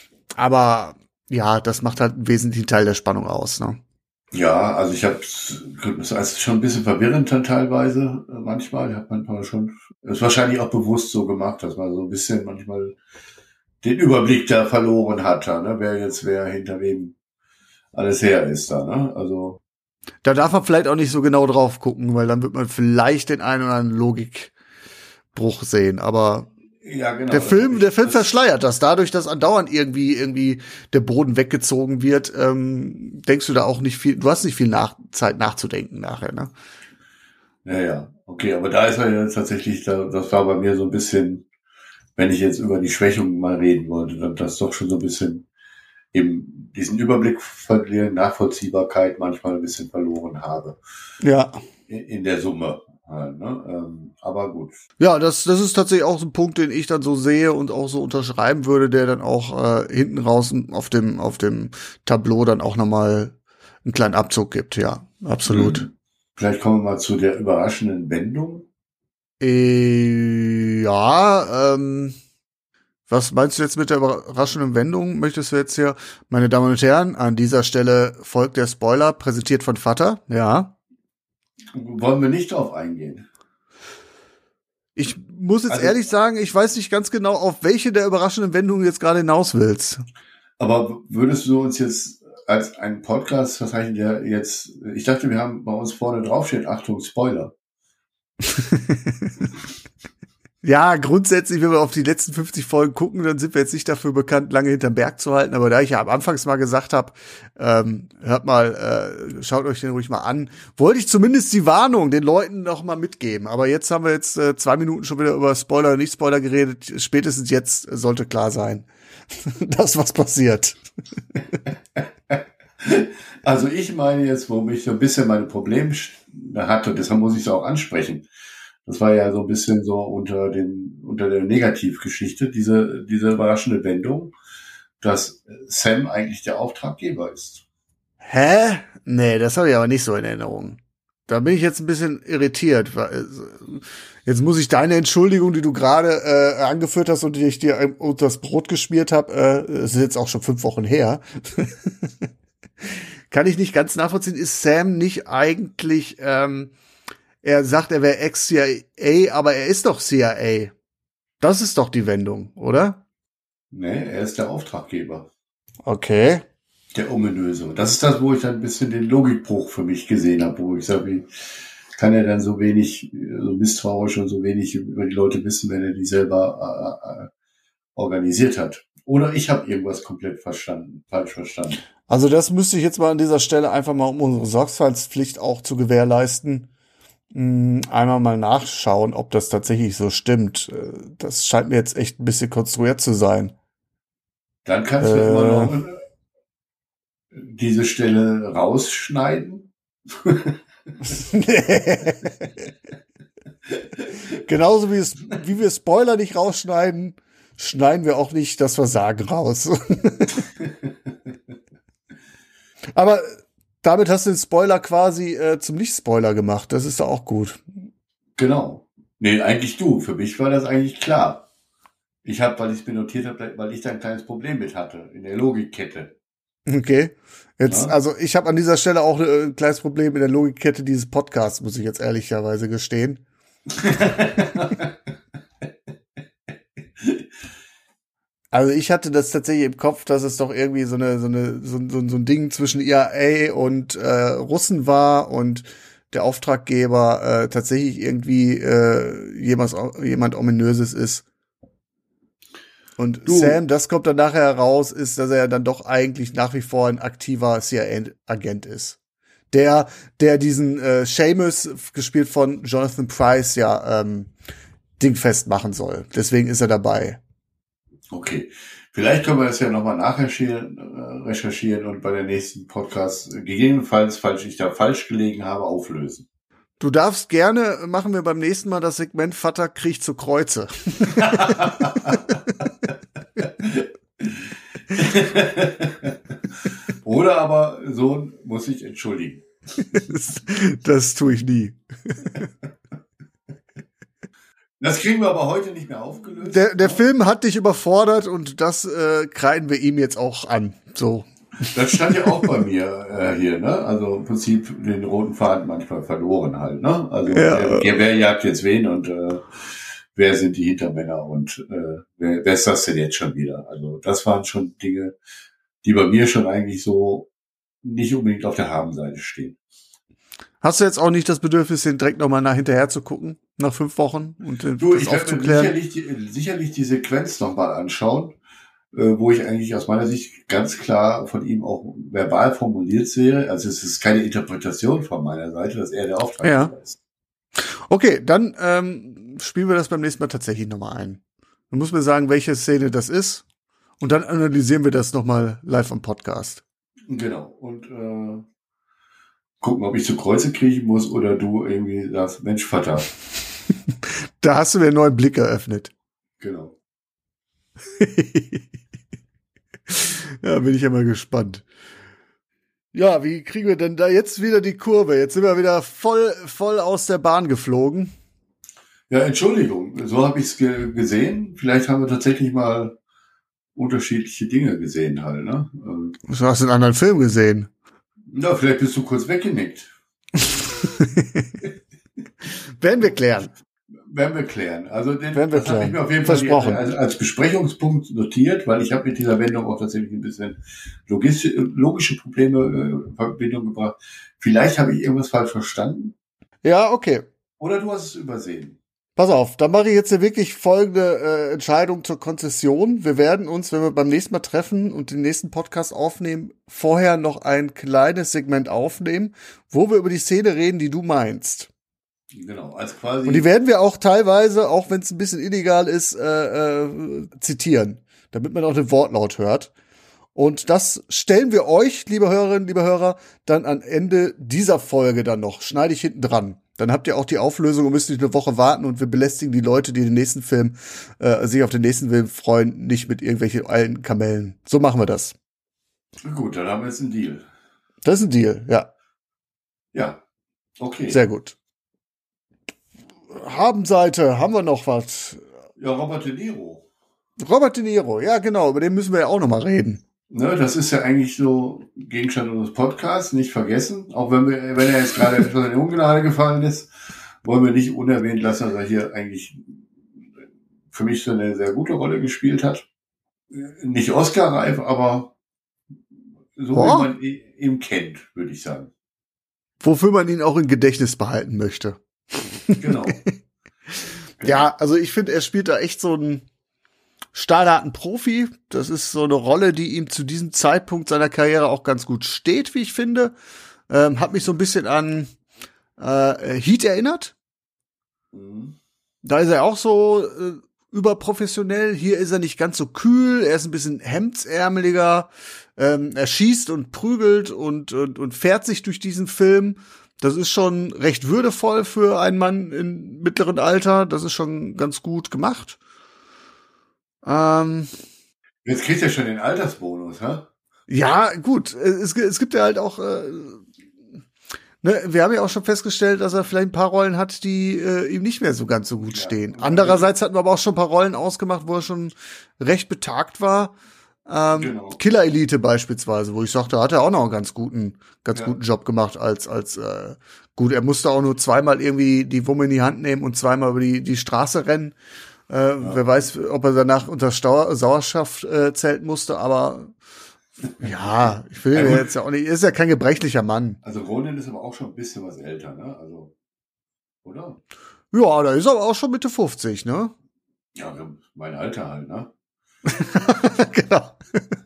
Aber ja, das macht halt einen wesentlichen Teil der Spannung aus, ne?
Ja, also ich habe es ist schon ein bisschen verwirrend dann teilweise äh, manchmal. Ich habe manchmal schon, ist wahrscheinlich auch bewusst so gemacht, dass man so ein bisschen manchmal den Überblick da verloren hat, ne? Wer jetzt wer hinter wem alles her ist da, ne? Also.
Da darf man vielleicht auch nicht so genau drauf gucken, weil dann wird man vielleicht den einen oder anderen Logikbruch sehen, aber
ja, genau,
der Film, der Film verschleiert das. Dadurch, dass andauernd irgendwie, irgendwie der Boden weggezogen wird, ähm, denkst du da auch nicht viel, du hast nicht viel nach, Zeit nachzudenken nachher, ne?
Ja, ja. Okay, aber da ist er jetzt tatsächlich, da, das war bei mir so ein bisschen, wenn ich jetzt über die Schwächung mal reden wollte, dann das doch schon so ein bisschen eben diesen Überblick verlieren, Nachvollziehbarkeit manchmal ein bisschen verloren habe.
Ja.
In, in der Summe. Halt, ne? ähm, aber gut.
Ja, das, das ist tatsächlich auch so ein Punkt, den ich dann so sehe und auch so unterschreiben würde, der dann auch äh, hinten raus auf dem, auf dem Tableau dann auch nochmal einen kleinen Abzug gibt. Ja, absolut.
Mhm. Vielleicht kommen wir mal zu der überraschenden Wendung.
Äh, ja, ähm, was meinst du jetzt mit der überraschenden Wendung? Möchtest du jetzt hier, meine Damen und Herren, an dieser Stelle folgt der Spoiler, präsentiert von Vater, ja.
Wollen wir nicht drauf eingehen?
Ich muss jetzt
also,
ehrlich sagen, ich weiß nicht ganz genau, auf welche der überraschenden Wendungen du jetzt gerade hinaus willst.
Aber würdest du uns jetzt als einen Podcast verzeichnen, der jetzt, ich dachte, wir haben bei uns vorne draufsteht, Achtung, Spoiler.
Ja, grundsätzlich, wenn wir auf die letzten fünfzig Folgen gucken, dann sind wir jetzt nicht dafür bekannt, lange hinterm Berg zu halten. Aber da ich ja am Anfangs mal gesagt habe, ähm, hört mal, äh, schaut euch den ruhig mal an, wollte ich zumindest die Warnung den Leuten noch mal mitgeben. Aber jetzt haben wir jetzt äh, zwei Minuten schon wieder über Spoiler und Nicht-Spoiler geredet. Spätestens jetzt sollte klar sein, dass was passiert.
Also ich meine jetzt, wo mich so ein bisschen meine Probleme hatte, und deshalb muss ich es auch ansprechen. Das war ja so ein bisschen so unter den, unter der Negativgeschichte, diese, diese überraschende Wendung, dass Sam eigentlich der Auftraggeber ist.
Hä? Nee, das habe ich aber nicht so in Erinnerung. Da bin ich jetzt ein bisschen irritiert. Jetzt muss ich deine Entschuldigung, die du gerade äh, angeführt hast und die ich dir unter das Brot geschmiert habe, äh, das ist jetzt auch schon fünf Wochen her. Kann ich nicht ganz nachvollziehen. Ist Sam nicht eigentlich ähm, er sagt, er wäre Ex-C I A, aber er ist doch C I A. Das ist doch die Wendung, oder?
Nee, er ist der Auftraggeber.
Okay.
Der ominöse. Das ist das, wo ich dann ein bisschen den Logikbruch für mich gesehen habe, wo ich sage, wie kann er dann so wenig, so misstrauisch und so wenig über die Leute wissen, wenn er die selber äh, äh, organisiert hat. Oder ich habe irgendwas komplett verstanden, falsch verstanden.
Also das müsste ich jetzt mal an dieser Stelle einfach mal, um unsere Sorgfaltspflicht auch zu gewährleisten, einmal mal nachschauen, ob das tatsächlich so stimmt. Das scheint mir jetzt echt ein bisschen konstruiert zu sein.
Dann kannst du äh, immer noch diese Stelle rausschneiden.
Genauso wie, es, wie wir Spoiler nicht rausschneiden, schneiden wir auch nicht das Versagen raus. Aber damit hast du den Spoiler quasi äh, zum Nicht-Spoiler gemacht. Das ist doch auch gut.
Genau. Nee, eigentlich du. Für mich war das eigentlich klar. Ich habe, weil ich es mir notiert habe, weil ich da ein kleines Problem mit hatte in der Logikkette.
Okay. Jetzt,
ja?
Also ich habe an dieser Stelle auch ein kleines Problem in der Logikkette dieses Podcasts, muss ich jetzt ehrlicherweise gestehen. Also ich hatte das tatsächlich im Kopf, dass es doch irgendwie so eine so eine so, so, so ein Ding zwischen I A A und äh, Russen war und der Auftraggeber äh, tatsächlich irgendwie äh, jemand jemand ominöses ist. Und du. Sam, das kommt dann nachher heraus, ist, dass er ja dann doch eigentlich nach wie vor ein aktiver C I A-Agent ist. Der der diesen äh, Seamus, gespielt von Jonathan Pryce, ja ähm, dingfest machen soll. Deswegen ist er dabei.
Okay, vielleicht können wir das ja nochmal nachrecherchieren äh, recherchieren und bei der nächsten Podcast gegebenenfalls, falls ich da falsch gelegen habe, auflösen.
Du darfst gerne, machen wir beim nächsten Mal das Segment Vater kriecht zu Kreuze.
Oder aber Sohn muss sich entschuldigen.
Das, das tue ich nie.
Das kriegen wir aber heute nicht mehr aufgelöst.
Der, der Film hat dich überfordert und das äh, kreiden wir ihm jetzt auch an. So.
Das stand ja auch bei mir äh, hier, ne? Also im Prinzip den roten Faden manchmal verloren halt, ne? Also ja. wer, wer jagt jetzt wen und äh, wer sind die Hintermänner und äh, wer, wer ist das denn jetzt schon wieder? Also das waren schon Dinge, die bei mir schon eigentlich so nicht unbedingt auf der Habenseite stehen.
Hast du jetzt auch nicht das Bedürfnis, den direkt nochmal nach hinterher zu gucken, nach fünf Wochen und den
du, ich werde mir sicherlich die, sicherlich die Sequenz nochmal anschauen, äh, wo ich eigentlich aus meiner Sicht ganz klar von ihm auch verbal formuliert sehe. Also es ist keine Interpretation von meiner Seite, dass er der Auftraggeber
ja.
ist.
Okay, dann ähm, spielen wir das beim nächsten Mal tatsächlich nochmal ein. Du musst mir sagen, welche Szene das ist und dann analysieren wir das nochmal live am Podcast.
Genau, und äh, gucken, ob ich zu Kreuze kriechen muss oder du irgendwie sagst, Mensch, Vater.
Da hast du mir einen neuen Blick eröffnet.
Genau.
Ja, bin ich ja mal gespannt. Ja, wie kriegen wir denn da jetzt wieder die Kurve? Jetzt sind wir wieder voll, voll aus der Bahn geflogen.
Ja, Entschuldigung, so habe ich es ge- gesehen. Vielleicht haben wir tatsächlich mal unterschiedliche Dinge gesehen halt, ne?
Du hast einen anderen Film gesehen.
Na, vielleicht bist du kurz weggenickt.
Werden wir klären.
werden wir klären. Also den,
werden wir
das habe ich
klären.
mir auf jeden Fall
Versprochen.
als, als Besprechungspunkt notiert, weil ich habe mit dieser Wendung auch tatsächlich ein bisschen logistische, logische Probleme äh, in Verbindung gebracht. Vielleicht habe ich irgendwas falsch verstanden.
Ja, okay.
Oder du hast es übersehen.
Pass auf, dann mache ich jetzt hier wirklich folgende äh, Entscheidung zur Konzession. Wir werden uns, wenn wir beim nächsten Mal treffen und den nächsten Podcast aufnehmen, vorher noch ein kleines Segment aufnehmen, wo wir über die Szene reden, die du meinst.
Genau, als quasi.
Und die werden wir auch teilweise, auch wenn es ein bisschen illegal ist, äh, äh, zitieren, damit man auch den Wortlaut hört. Und das stellen wir euch, liebe Hörerinnen, liebe Hörer, dann am Ende dieser Folge dann noch. Schneide ich hinten dran. Dann habt ihr auch die Auflösung und müsst nicht eine Woche warten und wir belästigen die Leute, die den nächsten Film, äh, sich auf den nächsten Film freuen, nicht mit irgendwelchen alten Kamellen. So machen wir das.
Gut, dann haben wir jetzt einen Deal.
Das ist ein Deal, ja.
Ja, okay.
Sehr gut. Habenseite, haben wir noch was?
Ja, Robert De Niro.
Robert De Niro, ja genau, über den müssen wir ja auch noch mal reden.
Ne, das ist ja eigentlich so Gegenstand unseres Podcasts, nicht vergessen. Auch wenn wir, wenn er jetzt gerade etwas in die Ungnade gefallen ist, wollen wir nicht unerwähnt lassen, dass er hier eigentlich für mich so eine sehr gute Rolle gespielt hat. Nicht Oscar-reif, aber so
Boah.
wie man ihn kennt, würde ich sagen.
Wofür man ihn auch im Gedächtnis behalten möchte.
Genau.
Ja, also ich finde, er spielt da echt so einen stahlharten Profi. Das ist so eine Rolle, die ihm zu diesem Zeitpunkt seiner Karriere auch ganz gut steht, wie ich finde. Ähm, hat mich so ein bisschen an äh, Heat erinnert.
Mhm.
Da ist er auch so äh, überprofessionell. Hier ist er nicht ganz so kühl. Er ist ein bisschen hemdsärmeliger. Ähm, er schießt und prügelt und, und, und fährt sich durch diesen Film. Das ist schon recht würdevoll für einen Mann im mittleren Alter. Das ist schon ganz gut gemacht. Ähm,
Jetzt kriegt er schon den Altersbonus, ha?
ja, gut. Es, es gibt ja halt auch, äh, ne, wir haben ja auch schon festgestellt, dass er vielleicht ein paar Rollen hat, die äh, ihm nicht mehr so ganz so gut
Ja.
stehen. Andererseits hatten wir aber auch schon ein paar Rollen ausgemacht, wo er schon recht betagt war. Ähm,
Genau.
Killer Elite beispielsweise, wo ich sagte, hat er auch noch einen ganz guten, ganz
Ja.
guten Job gemacht als, als, äh, gut, er musste auch nur zweimal irgendwie die Wumme in die Hand nehmen und zweimal über die, die Straße rennen. Äh, ja. Wer weiß, ob er danach unter Stau Sauerstoff äh, zelten musste, aber ja, ich will
Ja,
ja,
gut.
jetzt ja auch nicht, er ist ja kein gebrechlicher Mann.
Also Ronan ist aber auch schon ein bisschen was älter, ne? Also, oder?
Ja, da ist er aber auch schon Mitte fünfzig, ne?
Ja, mein Alter halt, ne?
Genau.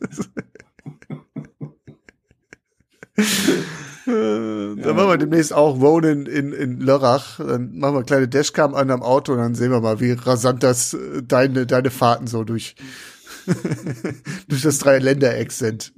Äh, dann machen wir demnächst auch Ronan in, in Lörrach. Dann machen wir eine kleine Dashcam an am Auto und dann sehen wir mal, wie rasant das äh, deine, deine Fahrten so durch, durch das Dreiländereck sind.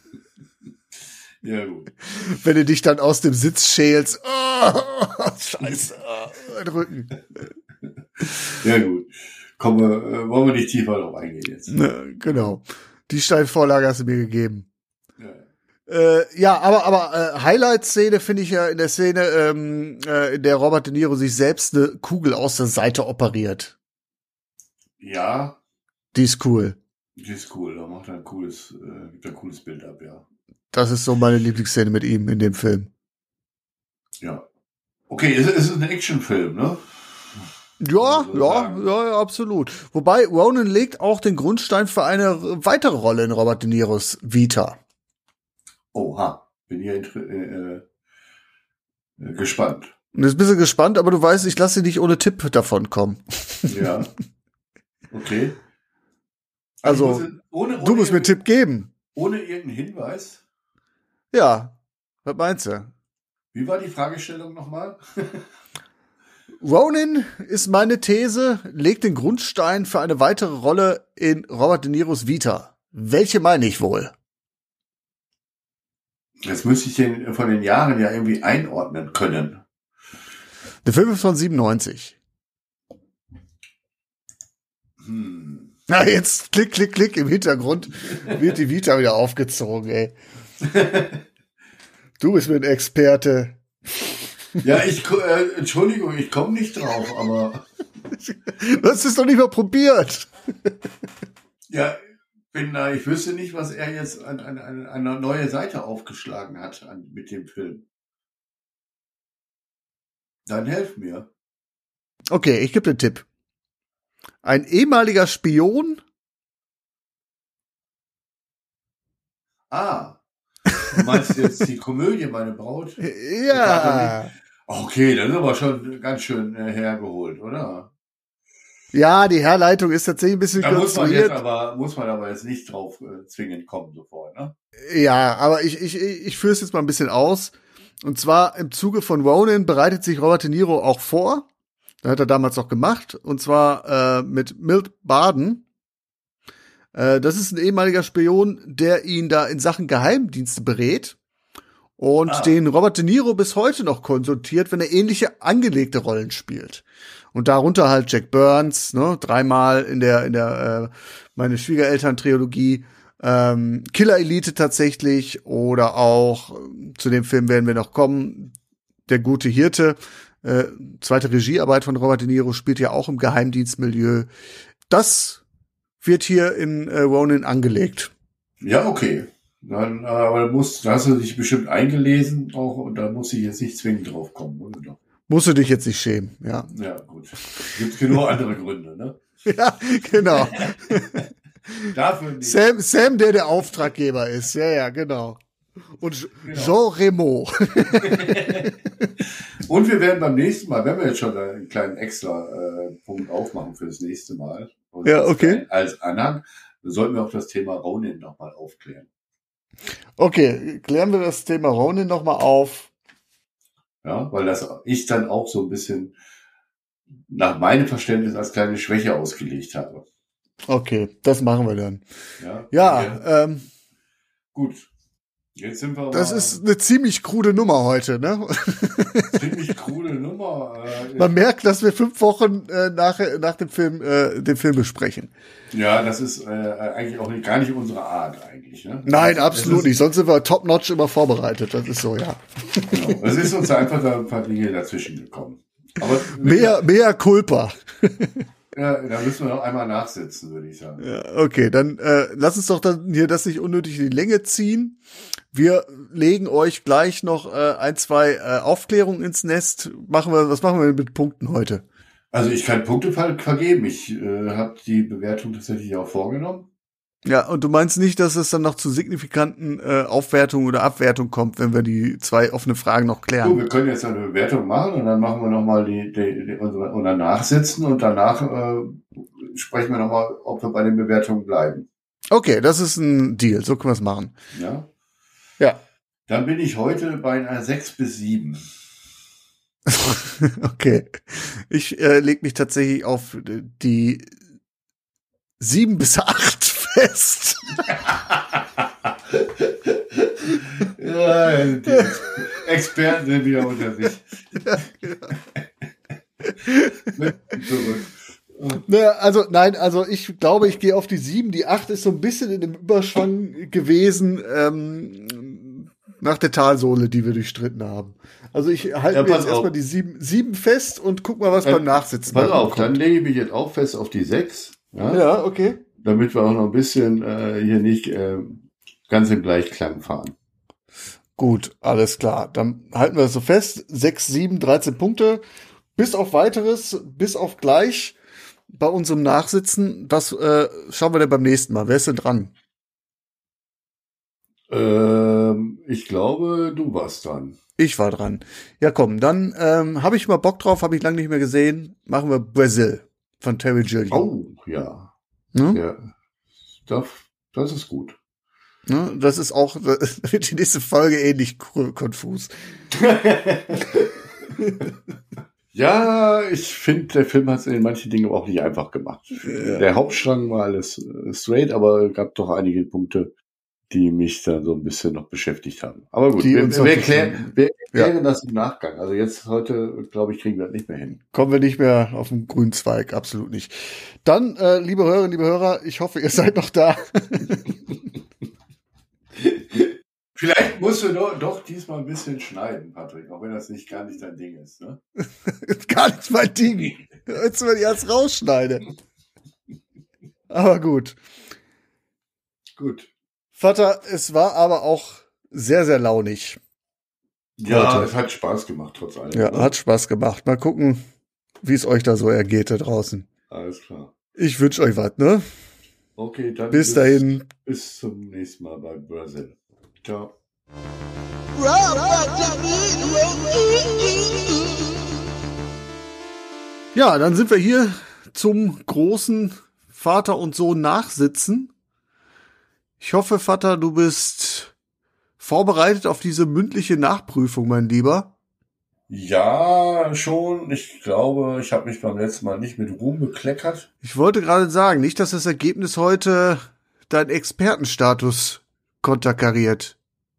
Ja, gut.
Wenn du dich dann aus dem Sitz schälst. Oh, scheiße. Oh, mein Rücken.
Ja, gut. Kommen wir, äh, wollen wir nicht tiefer drauf eingehen jetzt.
Ne, genau. Die Steilvorlage hast du mir gegeben.
Ja.
Äh, ja, aber aber äh, Highlight-Szene finde ich ja in der Szene, ähm, äh, in der Robert De Niro sich selbst eine Kugel aus der Seite operiert.
Ja,
Die ist cool.
die ist cool. Da macht er ein cooles, äh, gibt ein cooles Bild ab, ja.
Das ist so meine Lieblingsszene mit ihm in dem Film.
Ja. Okay, es, es ist ein Actionfilm, ne?
Ja,
Kann man so
ja,
sagen.
ja, ja, absolut. Wobei Ronan legt auch den Grundstein für eine weitere Rolle in Robert De Niros Vita.
Oha, bin hier inter- äh, äh, gespannt.
Und jetzt bist du gespannt, aber du weißt, ich lasse dich nicht ohne Tipp davon kommen.
Ja. Okay.
Also,
ich muss, ohne, ohne
Du musst mir einen Tipp geben.
Ohne irgendeinen Hinweis.
Ja, was meinst du?
Wie war die Fragestellung nochmal?
Ronan ist meine These, legt den Grundstein für eine weitere Rolle in Robert De Niros Vita. Welche meine ich wohl?
Jetzt müsste ich den von den Jahren ja irgendwie einordnen können.
Der Film ist von siebenundneunzig.
Hm.
Na, jetzt klick, klick, klick im Hintergrund wird die Vita wieder aufgezogen, ey. Du bist mir ein Experte.
Ja, ich, äh, Entschuldigung, ich komme nicht drauf, aber
Du hast es doch nicht mal probiert.
ja, bin da, ich wüsste nicht, was er jetzt an, an, an eine neue Seite aufgeschlagen hat an, mit dem Film. Dann helf mir.
Okay, ich gebe den Tipp. Ein ehemaliger Spion.
Ah. Du meinst jetzt die Komödie, meine Braut?
Ja.
Okay, das ist aber schon ganz schön äh, hergeholt, oder?
Ja, die Herleitung ist tatsächlich ein bisschen
Da muss man
konstruiert.
jetzt aber, muss man aber jetzt nicht drauf äh, zwingend kommen sofort, ne?
Ja, aber ich, ich, ich führe es jetzt mal ein bisschen aus. Und zwar im Zuge von Ronin bereitet sich Robert De Niro auch vor. Das hat er damals auch gemacht. Und zwar äh, mit Milt Baden. Äh, das ist ein ehemaliger Spion, der ihn da in Sachen Geheimdienste berät. Und ah. den Robert De Niro bis heute noch konsultiert, wenn er ähnliche angelegte Rollen spielt. Und darunter halt Jack Burns, ne, dreimal in der, in der, äh, meine Schwiegereltern-Trilogie, ähm, Killer Elite tatsächlich, oder auch, äh, zu dem Film werden wir noch kommen, Der gute Hirte, äh, zweite Regiearbeit von Robert De Niro, spielt ja auch im Geheimdienstmilieu. Das wird hier in äh, Ronin angelegt.
Ja, okay. Dann, aber da musst, da hast du dich bestimmt eingelesen auch, und da muss ich jetzt nicht zwingend drauf kommen, oder?
Musst du dich jetzt nicht schämen, ja.
Ja, gut. Gibt genug andere Gründe, ne?
Ja, genau.
Dafür nicht.
Sam, Sam, der der Auftraggeber ist, ja, ja, genau. Und genau. Jean Remo.
Und wir werden beim nächsten Mal, wenn wir jetzt schon einen kleinen extra äh, Punkt aufmachen für das nächste Mal, und
ja, okay.
Als Anhang, sollten wir auch das Thema Ronin nochmal aufklären.
Okay, klären wir das Thema Ronin nochmal auf.
Ja, weil das ich dann auch so ein bisschen nach meinem Verständnis als kleine Schwäche ausgelegt habe.
Okay, das machen wir dann.
Ja,
ja
okay.
ähm,
gut. Jetzt sind wir
Das
mal
ist eine ziemlich krude Nummer heute, ne?
Ziemlich krude Nummer. Äh,
Man merkt, dass wir fünf Wochen äh, nach, nach dem Film äh, den Film besprechen.
Ja, das ist äh, eigentlich auch nicht, gar nicht unsere Art eigentlich. Ne?
Nein,
das,
absolut
das
nicht. Sonst sind wir top-notch immer vorbereitet. Das ist so, ja.
Genau. Es ist uns einfach da ein paar Dinge dazwischen gekommen. Aber
mehr, mehr Culpa.
Ja, da müssen wir noch einmal nachsitzen, würde ich sagen.
Ja, okay, dann äh, lass uns doch dann hier das nicht unnötig in die Länge ziehen. Wir legen euch gleich noch äh, ein, zwei äh, Aufklärungen ins Nest. Machen wir, was machen wir mit Punkten heute?
Also ich kann Punkte ver- vergeben. Ich äh, habe die Bewertung tatsächlich auch vorgenommen.
Ja, und du meinst nicht, dass es dann noch zu signifikanten äh, Aufwertungen oder Abwertungen kommt, wenn wir die zwei offene Fragen noch klären?
So, wir können jetzt eine Bewertung machen und dann machen wir nochmal die, die, die unsere, und danach sitzen und danach äh, sprechen wir nochmal, ob wir bei den Bewertungen bleiben.
Okay, das ist ein Deal. So können wir es machen.
Ja.
Ja.
Dann bin ich heute bei einer sechs bis sieben.
Okay. Ich äh, lege mich tatsächlich auf die sieben bis acht fest.
Ja, die Experten sind wieder unter sich.
Ja, genau. Ne, also, nein, also ich glaube, ich gehe auf die sieben. Die acht ist so ein bisschen in dem Überschwang gewesen, ähm, nach der Talsohle, die wir durchstritten haben. Also ich halte
ja,
mir jetzt
auf.
erstmal die sieben, sieben fest und guck mal, was äh, beim Nachsitzen
Pass auf,
kommt.
dann lege ich mich jetzt auch fest auf die sechs. Ja,
ja, okay.
Damit wir auch noch ein bisschen äh, hier nicht äh, ganz im Gleichklang fahren.
Gut, alles klar. Dann halten wir das so fest. sechs, sieben, dreizehn Punkte. Bis auf Weiteres, bis auf gleich bei unserem Nachsitzen. Das äh, schauen wir dann beim nächsten Mal. Wer ist denn dran?
Ähm, ich glaube, du warst dran.
Ich war dran. Ja, komm, dann ähm, habe ich mal Bock drauf, habe ich lange nicht mehr gesehen. Machen wir Brazil von Terry Gilliam.
Oh, ja.
Hm?
Ja, das, das ist gut.
Ne, das ist auch, das wird die nächste Folge ähnlich konfus.
Ja, ich finde, der Film hat es in manchen Dingen auch nicht einfach gemacht. Ja. Der Hauptstrang war alles straight, aber es gab doch einige Punkte, die mich dann so ein bisschen noch beschäftigt haben. Aber gut,
die
wir,
uns
wir, erklären, wir erklären
ja.
das im Nachgang. Also jetzt heute, glaube ich, kriegen wir das nicht mehr hin.
Kommen wir nicht mehr auf den grünen Zweig, absolut nicht. Dann, äh, liebe Hörerinnen, liebe Hörer, ich hoffe, ihr seid noch da.
Vielleicht musst du doch, doch diesmal ein bisschen schneiden, Patrick, auch wenn das nicht gar nicht dein Ding ist, ne?
Gar nicht mein Ding. Jetzt, wenn ich alles rausschneide. Aber gut.
Gut.
Vater, es war aber auch sehr, sehr launig.
Ja,
heute.
Es hat Spaß gemacht, trotz allem.
Ja,
ne?
hat Spaß gemacht. Mal gucken, wie es euch da so ergeht da draußen.
Alles klar.
Ich wünsche euch was, ne?
Okay, dann
bis, bis dahin.
Bis zum nächsten Mal bei Brasil. Ciao.
Ja, dann sind wir hier zum großen Vater und Sohn Nachsitzen. Ich hoffe, Vater, du bist vorbereitet auf diese mündliche Nachprüfung, mein Lieber.
Ja, schon. Ich glaube, ich habe mich beim letzten Mal nicht mit Ruhm bekleckert.
Ich wollte gerade sagen, nicht, dass das Ergebnis heute deinen Expertenstatus konterkariert.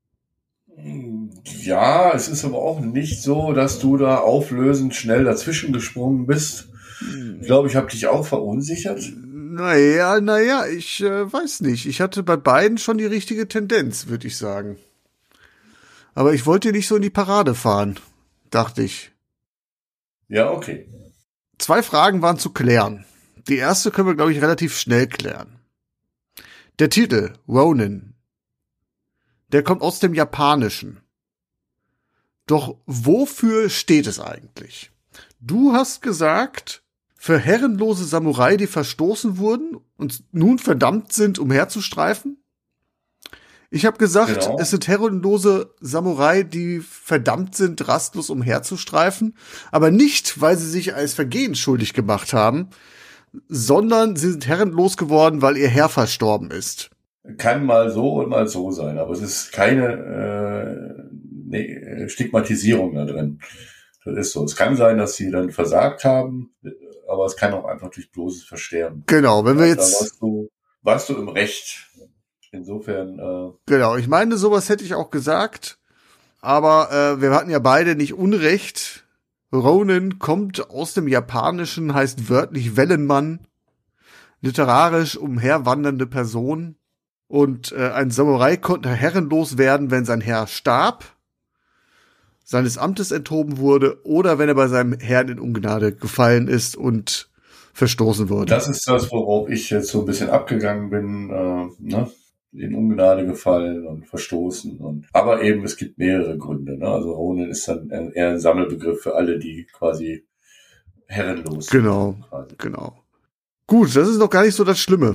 Ja, es ist aber auch nicht so, dass du da auflösend schnell dazwischen gesprungen bist. Ich glaube, ich habe dich auch verunsichert.
Naja, naja, ich äh, weiß nicht. Ich hatte bei beiden schon die richtige Tendenz, würde ich sagen. Aber ich wollte nicht so in die Parade fahren, dachte ich.
Ja, okay.
Zwei Fragen waren zu klären. Die erste können wir, glaube ich, relativ schnell klären. Der Titel, Ronin, der kommt aus dem Japanischen. Doch wofür steht es eigentlich? Du hast gesagt, für herrenlose Samurai, die verstoßen wurden und nun verdammt sind, umherzustreifen. Ich habe gesagt, genau. Es sind herrenlose Samurai, die verdammt sind, rastlos umherzustreifen, aber nicht, weil sie sich als Vergehen schuldig gemacht haben, sondern sie sind herrenlos geworden, weil ihr Herr verstorben ist.
Kann mal so und mal so sein, aber es ist keine äh, nee, Stigmatisierung da drin. Das ist so. Es kann sein, dass sie dann versagt haben, aber es kann auch einfach durch bloßes Versterben.
Genau, wenn wir
ja,
jetzt...
Da warst du, warst du im Recht. Insofern... Äh
genau, ich meine, sowas hätte ich auch gesagt, aber äh, wir hatten ja beide nicht Unrecht. Ronin kommt aus dem Japanischen, heißt wörtlich Wellenmann, literarisch umherwandernde Person. Und äh, ein Samurai konnte herrenlos werden, wenn sein Herr starb, seines Amtes enthoben wurde oder wenn er bei seinem Herrn in Ungnade gefallen ist und verstoßen wurde.
Das ist das, worauf ich jetzt so ein bisschen abgegangen bin, äh, ne? In Ungnade gefallen und verstoßen. Und aber eben, es gibt mehrere Gründe. Ne? Also Ronin ist dann eher ein Sammelbegriff für alle, die quasi herrenlos sind.
Genau, quasi. Genau. Gut, das ist noch gar nicht so das Schlimme.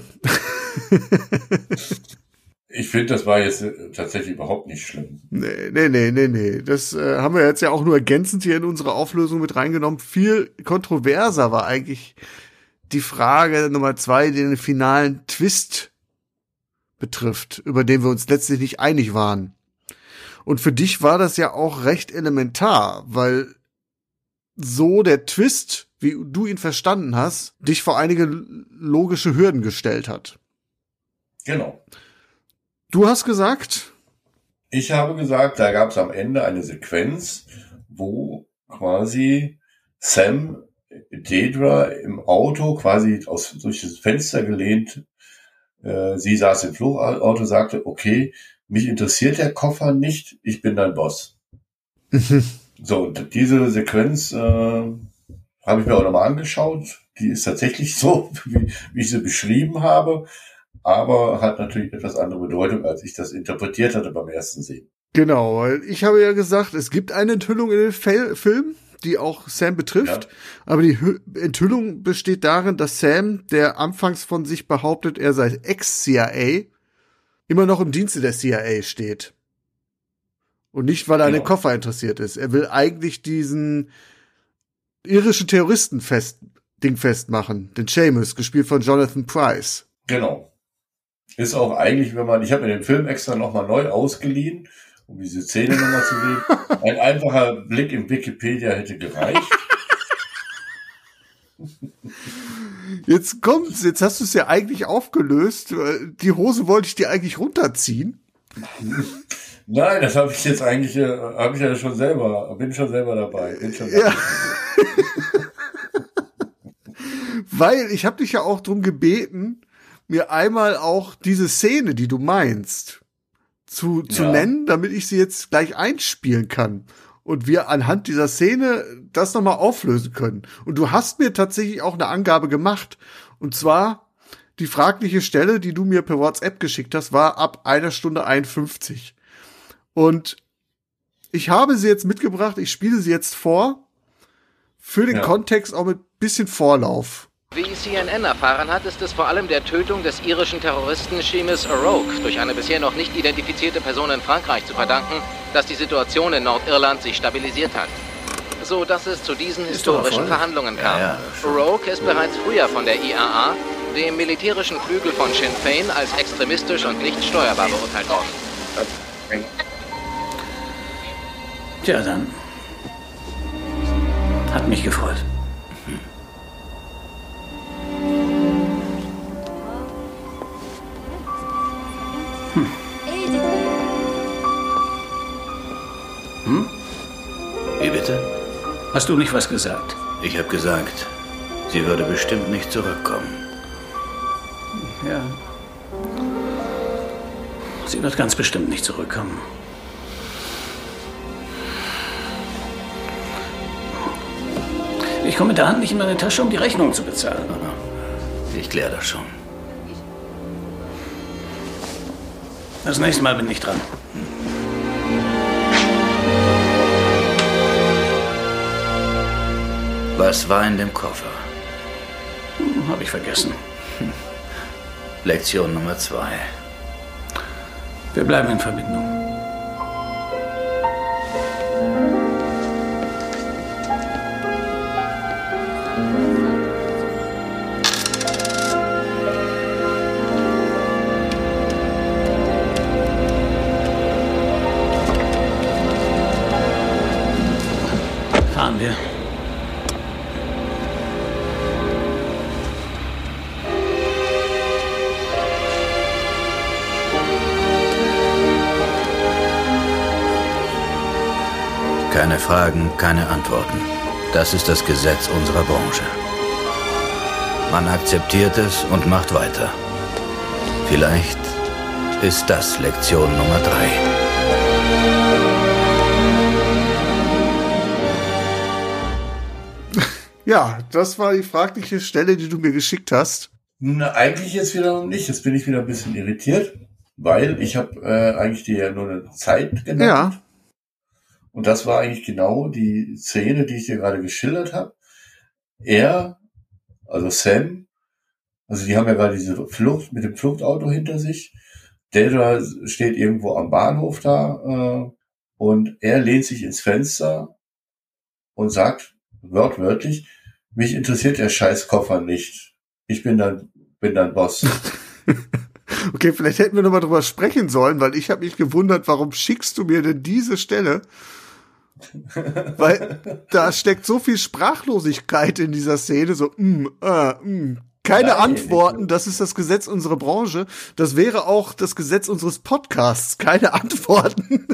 Ich finde, das war jetzt tatsächlich überhaupt nicht schlimm.
Nee, nee, nee, nee, nee. Das äh, haben wir jetzt ja auch nur ergänzend hier in unsere Auflösung mit reingenommen. Viel kontroverser war eigentlich die Frage Nummer zwei, die den finalen Twist betrifft, über den wir uns letztlich nicht einig waren. Und für dich war das ja auch recht elementar, weil so der Twist, wie du ihn verstanden hast, dich vor einige logische Hürden gestellt hat.
Genau.
Du hast gesagt?
Ich habe gesagt, da gab es am Ende eine Sequenz, wo quasi Sam Dedra im Auto quasi aus, durch das Fenster gelehnt, äh, sie saß im Flugauto, sagte, okay, mich interessiert der Koffer nicht, ich bin dein Boss. So, und diese Sequenz äh, habe ich mir auch nochmal angeschaut. Die ist tatsächlich so, wie, wie ich sie beschrieben habe, aber hat natürlich etwas andere Bedeutung, als ich das interpretiert hatte beim ersten Sehen.
Genau, weil ich habe ja gesagt, es gibt eine Enthüllung in den Fel- Film, die auch Sam betrifft, ja. Aber die Hü- Enthüllung besteht darin, dass Sam, der anfangs von sich behauptet, er sei Ex-C I A, immer noch im Dienste der C I A steht. Und nicht, weil er genau. an den Koffer interessiert ist. Er will eigentlich diesen irischen Terroristen fest, Ding festmachen, den Seamus, gespielt von Jonathan Pryce.
Genau. Ist auch eigentlich, wenn man, ich habe mir den Film extra nochmal neu ausgeliehen, um diese Szene nochmal zu sehen. Ein einfacher Blick in Wikipedia hätte gereicht.
Jetzt kommt's, jetzt hast du es ja eigentlich aufgelöst. Die Hose wollte ich dir eigentlich runterziehen.
Nein, das habe ich jetzt eigentlich, äh, habe ich ja schon selber, bin schon selber dabei. Bin schon
ja. Weil ich habe dich ja auch drum gebeten, mir einmal auch diese Szene, die du meinst, zu, zu ja. nennen, damit ich sie jetzt gleich einspielen kann. Und wir anhand dieser Szene das nochmal auflösen können. Und du hast mir tatsächlich auch eine Angabe gemacht. Und zwar, die fragliche Stelle, die du mir per WhatsApp geschickt hast, war ab einer Stunde einundfünfzig. Und ich habe sie jetzt mitgebracht, ich spiele sie jetzt vor. für den
Ja.
Kontext auch mit bisschen Vorlauf.
Wie C N N erfahren hat, ist es vor allem der Tötung des irischen Terroristen Seamus O'Rourke durch eine bisher noch nicht identifizierte Person in Frankreich zu verdanken, dass die Situation in Nordirland sich stabilisiert hat. So dass es zu diesen historischen Verhandlungen kam.
Ja, ja,
O'Rourke ist bereits früher von der I A A, dem militärischen Flügel von Sinn Fein, als extremistisch und nicht steuerbar beurteilt worden.
Tja, dann. Hat mich gefreut. Hm. Hm?
Wie bitte?
Hast du nicht was gesagt?
Ich habe gesagt, sie würde bestimmt nicht zurückkommen.
Ja. Sie wird ganz bestimmt nicht zurückkommen. Ich komme mit der Hand nicht in meine Tasche, um die Rechnung zu bezahlen.
Ich kläre das schon.
Das nächste Mal bin ich dran.
Was war in dem Koffer?
Hm, hab ich vergessen.
Hm. Lektion Nummer zwei.
Wir bleiben in Verbindung. Fahren wir.
Keine Fragen, keine Antworten. Das ist das Gesetz unserer Branche. Man akzeptiert es und macht weiter. Vielleicht ist das Lektion Nummer drei.
Ja, das war die fragliche Stelle, die du mir geschickt hast.
Na, eigentlich jetzt wieder noch nicht. Jetzt bin ich wieder ein bisschen irritiert, weil ich habe äh, eigentlich dir ja nur eine Zeit genannt.
Ja.
Und das war eigentlich genau die Szene, die ich dir gerade geschildert habe. Er, also Sam, also die haben ja gerade diese Flucht mit dem Fluchtauto hinter sich. Der da steht irgendwo am Bahnhof da äh, und er lehnt sich ins Fenster und sagt wortwörtlich, mich interessiert der Scheißkoffer nicht. Ich bin dann, bin dann Boss.
Okay, vielleicht hätten wir noch mal drüber sprechen sollen, weil ich habe mich gewundert, warum schickst du mir denn diese Stelle? Weil da steckt so viel Sprachlosigkeit in dieser Szene, so mm, äh, mm. Keine Nein, Antworten, das ist das Gesetz unserer Branche. Das wäre auch das Gesetz unseres Podcasts. Keine Antworten.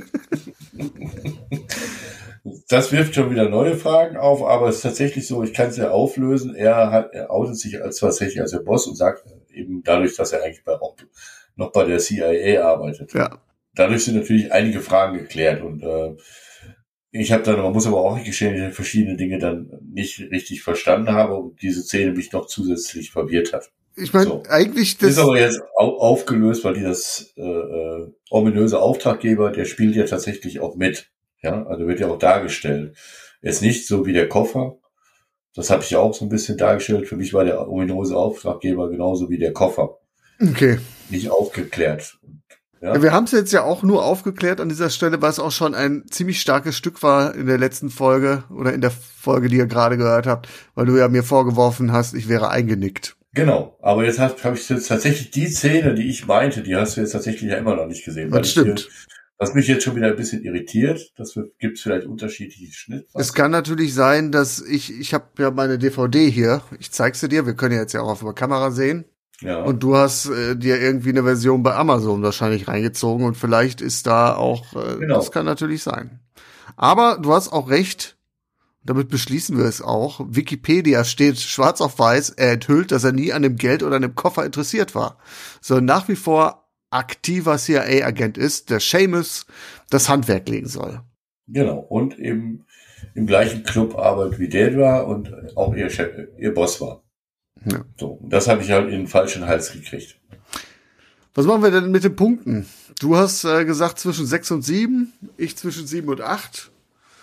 Das wirft schon wieder neue Fragen auf, aber es ist tatsächlich so, ich kann es ja auflösen. Er hat, er outet sich als tatsächlich als der Boss und sagt eben dadurch, dass er eigentlich bei, auch noch bei der C I A arbeitet.
Ja.
Dadurch sind natürlich einige Fragen geklärt und äh, ich habe dann, man muss aber auch nicht gestehen, dass ich verschiedene Dinge dann nicht richtig verstanden habe und diese Szene mich noch zusätzlich verwirrt hat.
Ich meine, so. Eigentlich das
ist aber jetzt au- aufgelöst, weil dieses äh, äh, ominöse Auftraggeber, der spielt ja tatsächlich auch mit. Ja, also wird ja auch dargestellt. Jetzt nicht so wie der Koffer. Das habe ich auch so ein bisschen dargestellt. Für mich war der ominöse Auftraggeber genauso wie der Koffer.
Okay.
Nicht aufgeklärt. Ja.
Ja, wir haben es jetzt ja auch nur aufgeklärt an dieser Stelle, weil es auch schon ein ziemlich starkes Stück war in der letzten Folge oder in der Folge, die ihr gerade gehört habt, weil du ja mir vorgeworfen hast, ich wäre eingenickt.
Genau, aber jetzt habe hab ich jetzt tatsächlich die Szene, die ich meinte, die hast du jetzt tatsächlich ja immer noch nicht gesehen.
Das stimmt.
Hier, was mich jetzt schon wieder ein bisschen irritiert, das gibt es vielleicht unterschiedliche Schnitte.
Es kann natürlich sein, dass ich, ich habe ja meine D V D hier, ich zeig's dir dir, wir können ja jetzt ja auch auf der Kamera sehen.
Ja.
Und du hast äh, dir irgendwie eine Version bei Amazon wahrscheinlich reingezogen und vielleicht ist da auch, äh, genau. Das kann natürlich sein. Aber du hast auch recht, damit beschließen wir es auch. Wikipedia steht schwarz auf weiß, er enthüllt, dass er nie an dem Geld oder an dem Koffer interessiert war, sondern nach wie vor aktiver C I A-Agent ist, der Seamus das Handwerk legen soll.
Genau, und eben im gleichen Club arbeitet wie Dedra und auch ihr Chef, ihr Boss war. Ja. So, das habe ich halt in den falschen Hals gekriegt.
Was machen wir denn mit den Punkten? Du hast äh, gesagt zwischen sechs und sieben, ich zwischen sieben und acht.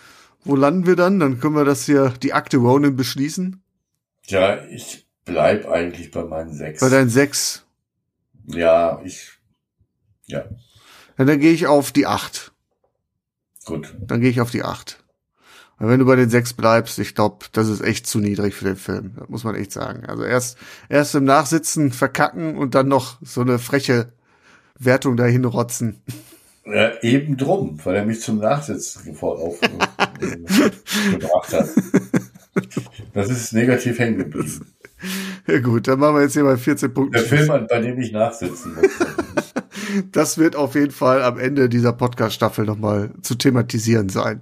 Wo landen wir dann? Dann können wir das hier, die Akte Ronin, beschließen.
Ja, ich bleib eigentlich bei meinen sechs.
Bei deinen sechs?
Ja, ich, ja.
Ja, dann gehe ich auf die acht.
Gut.
Dann gehe ich auf die acht. Und wenn du bei den sechs bleibst, ich glaube, das ist echt zu niedrig für den Film. Das muss man echt sagen. Also erst, erst im Nachsitzen verkacken und dann noch so eine freche Wertung dahin rotzen.
Ja, eben drum, weil er mich zum Nachsitzen auf, äh, gebracht hat. Das ist negativ hängen geblieben.
Ja gut, dann machen wir jetzt hier bei vierzehn Punkten.
Der Film, bei dem ich nachsitzen muss.
Das wird auf jeden Fall am Ende dieser Podcast-Staffel nochmal zu thematisieren sein.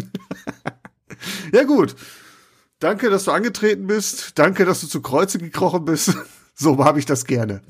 Ja gut. Danke, dass du angetreten bist. Danke, dass du zu Kreuze gekrochen bist. So habe ich das gerne.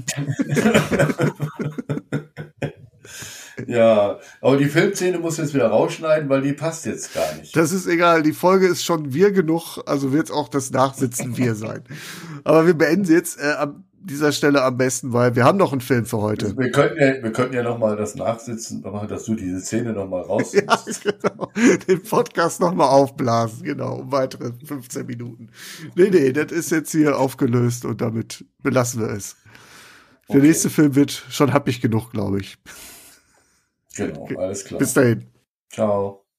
Ja, aber die Filmszene muss jetzt wieder rausschneiden, weil die passt jetzt gar nicht.
Das ist egal, die Folge ist schon wir genug, also wird auch das Nachsitzen wir sein. Aber wir beenden sie jetzt äh, an dieser Stelle am besten, weil wir haben noch einen Film für heute.
Wir könnten ja, wir könnten ja noch mal das Nachsitzen machen, dass du diese Szene noch mal raus.
Ja, genau. Den Podcast noch mal aufblasen, genau, um weitere fünfzehn Minuten. Nee, nee, das ist jetzt hier aufgelöst und damit belassen wir es. Der
Okay.
nächste Film wird schon happig genug, glaube ich.
Genau, alles klar.
Bis dahin.
Ciao.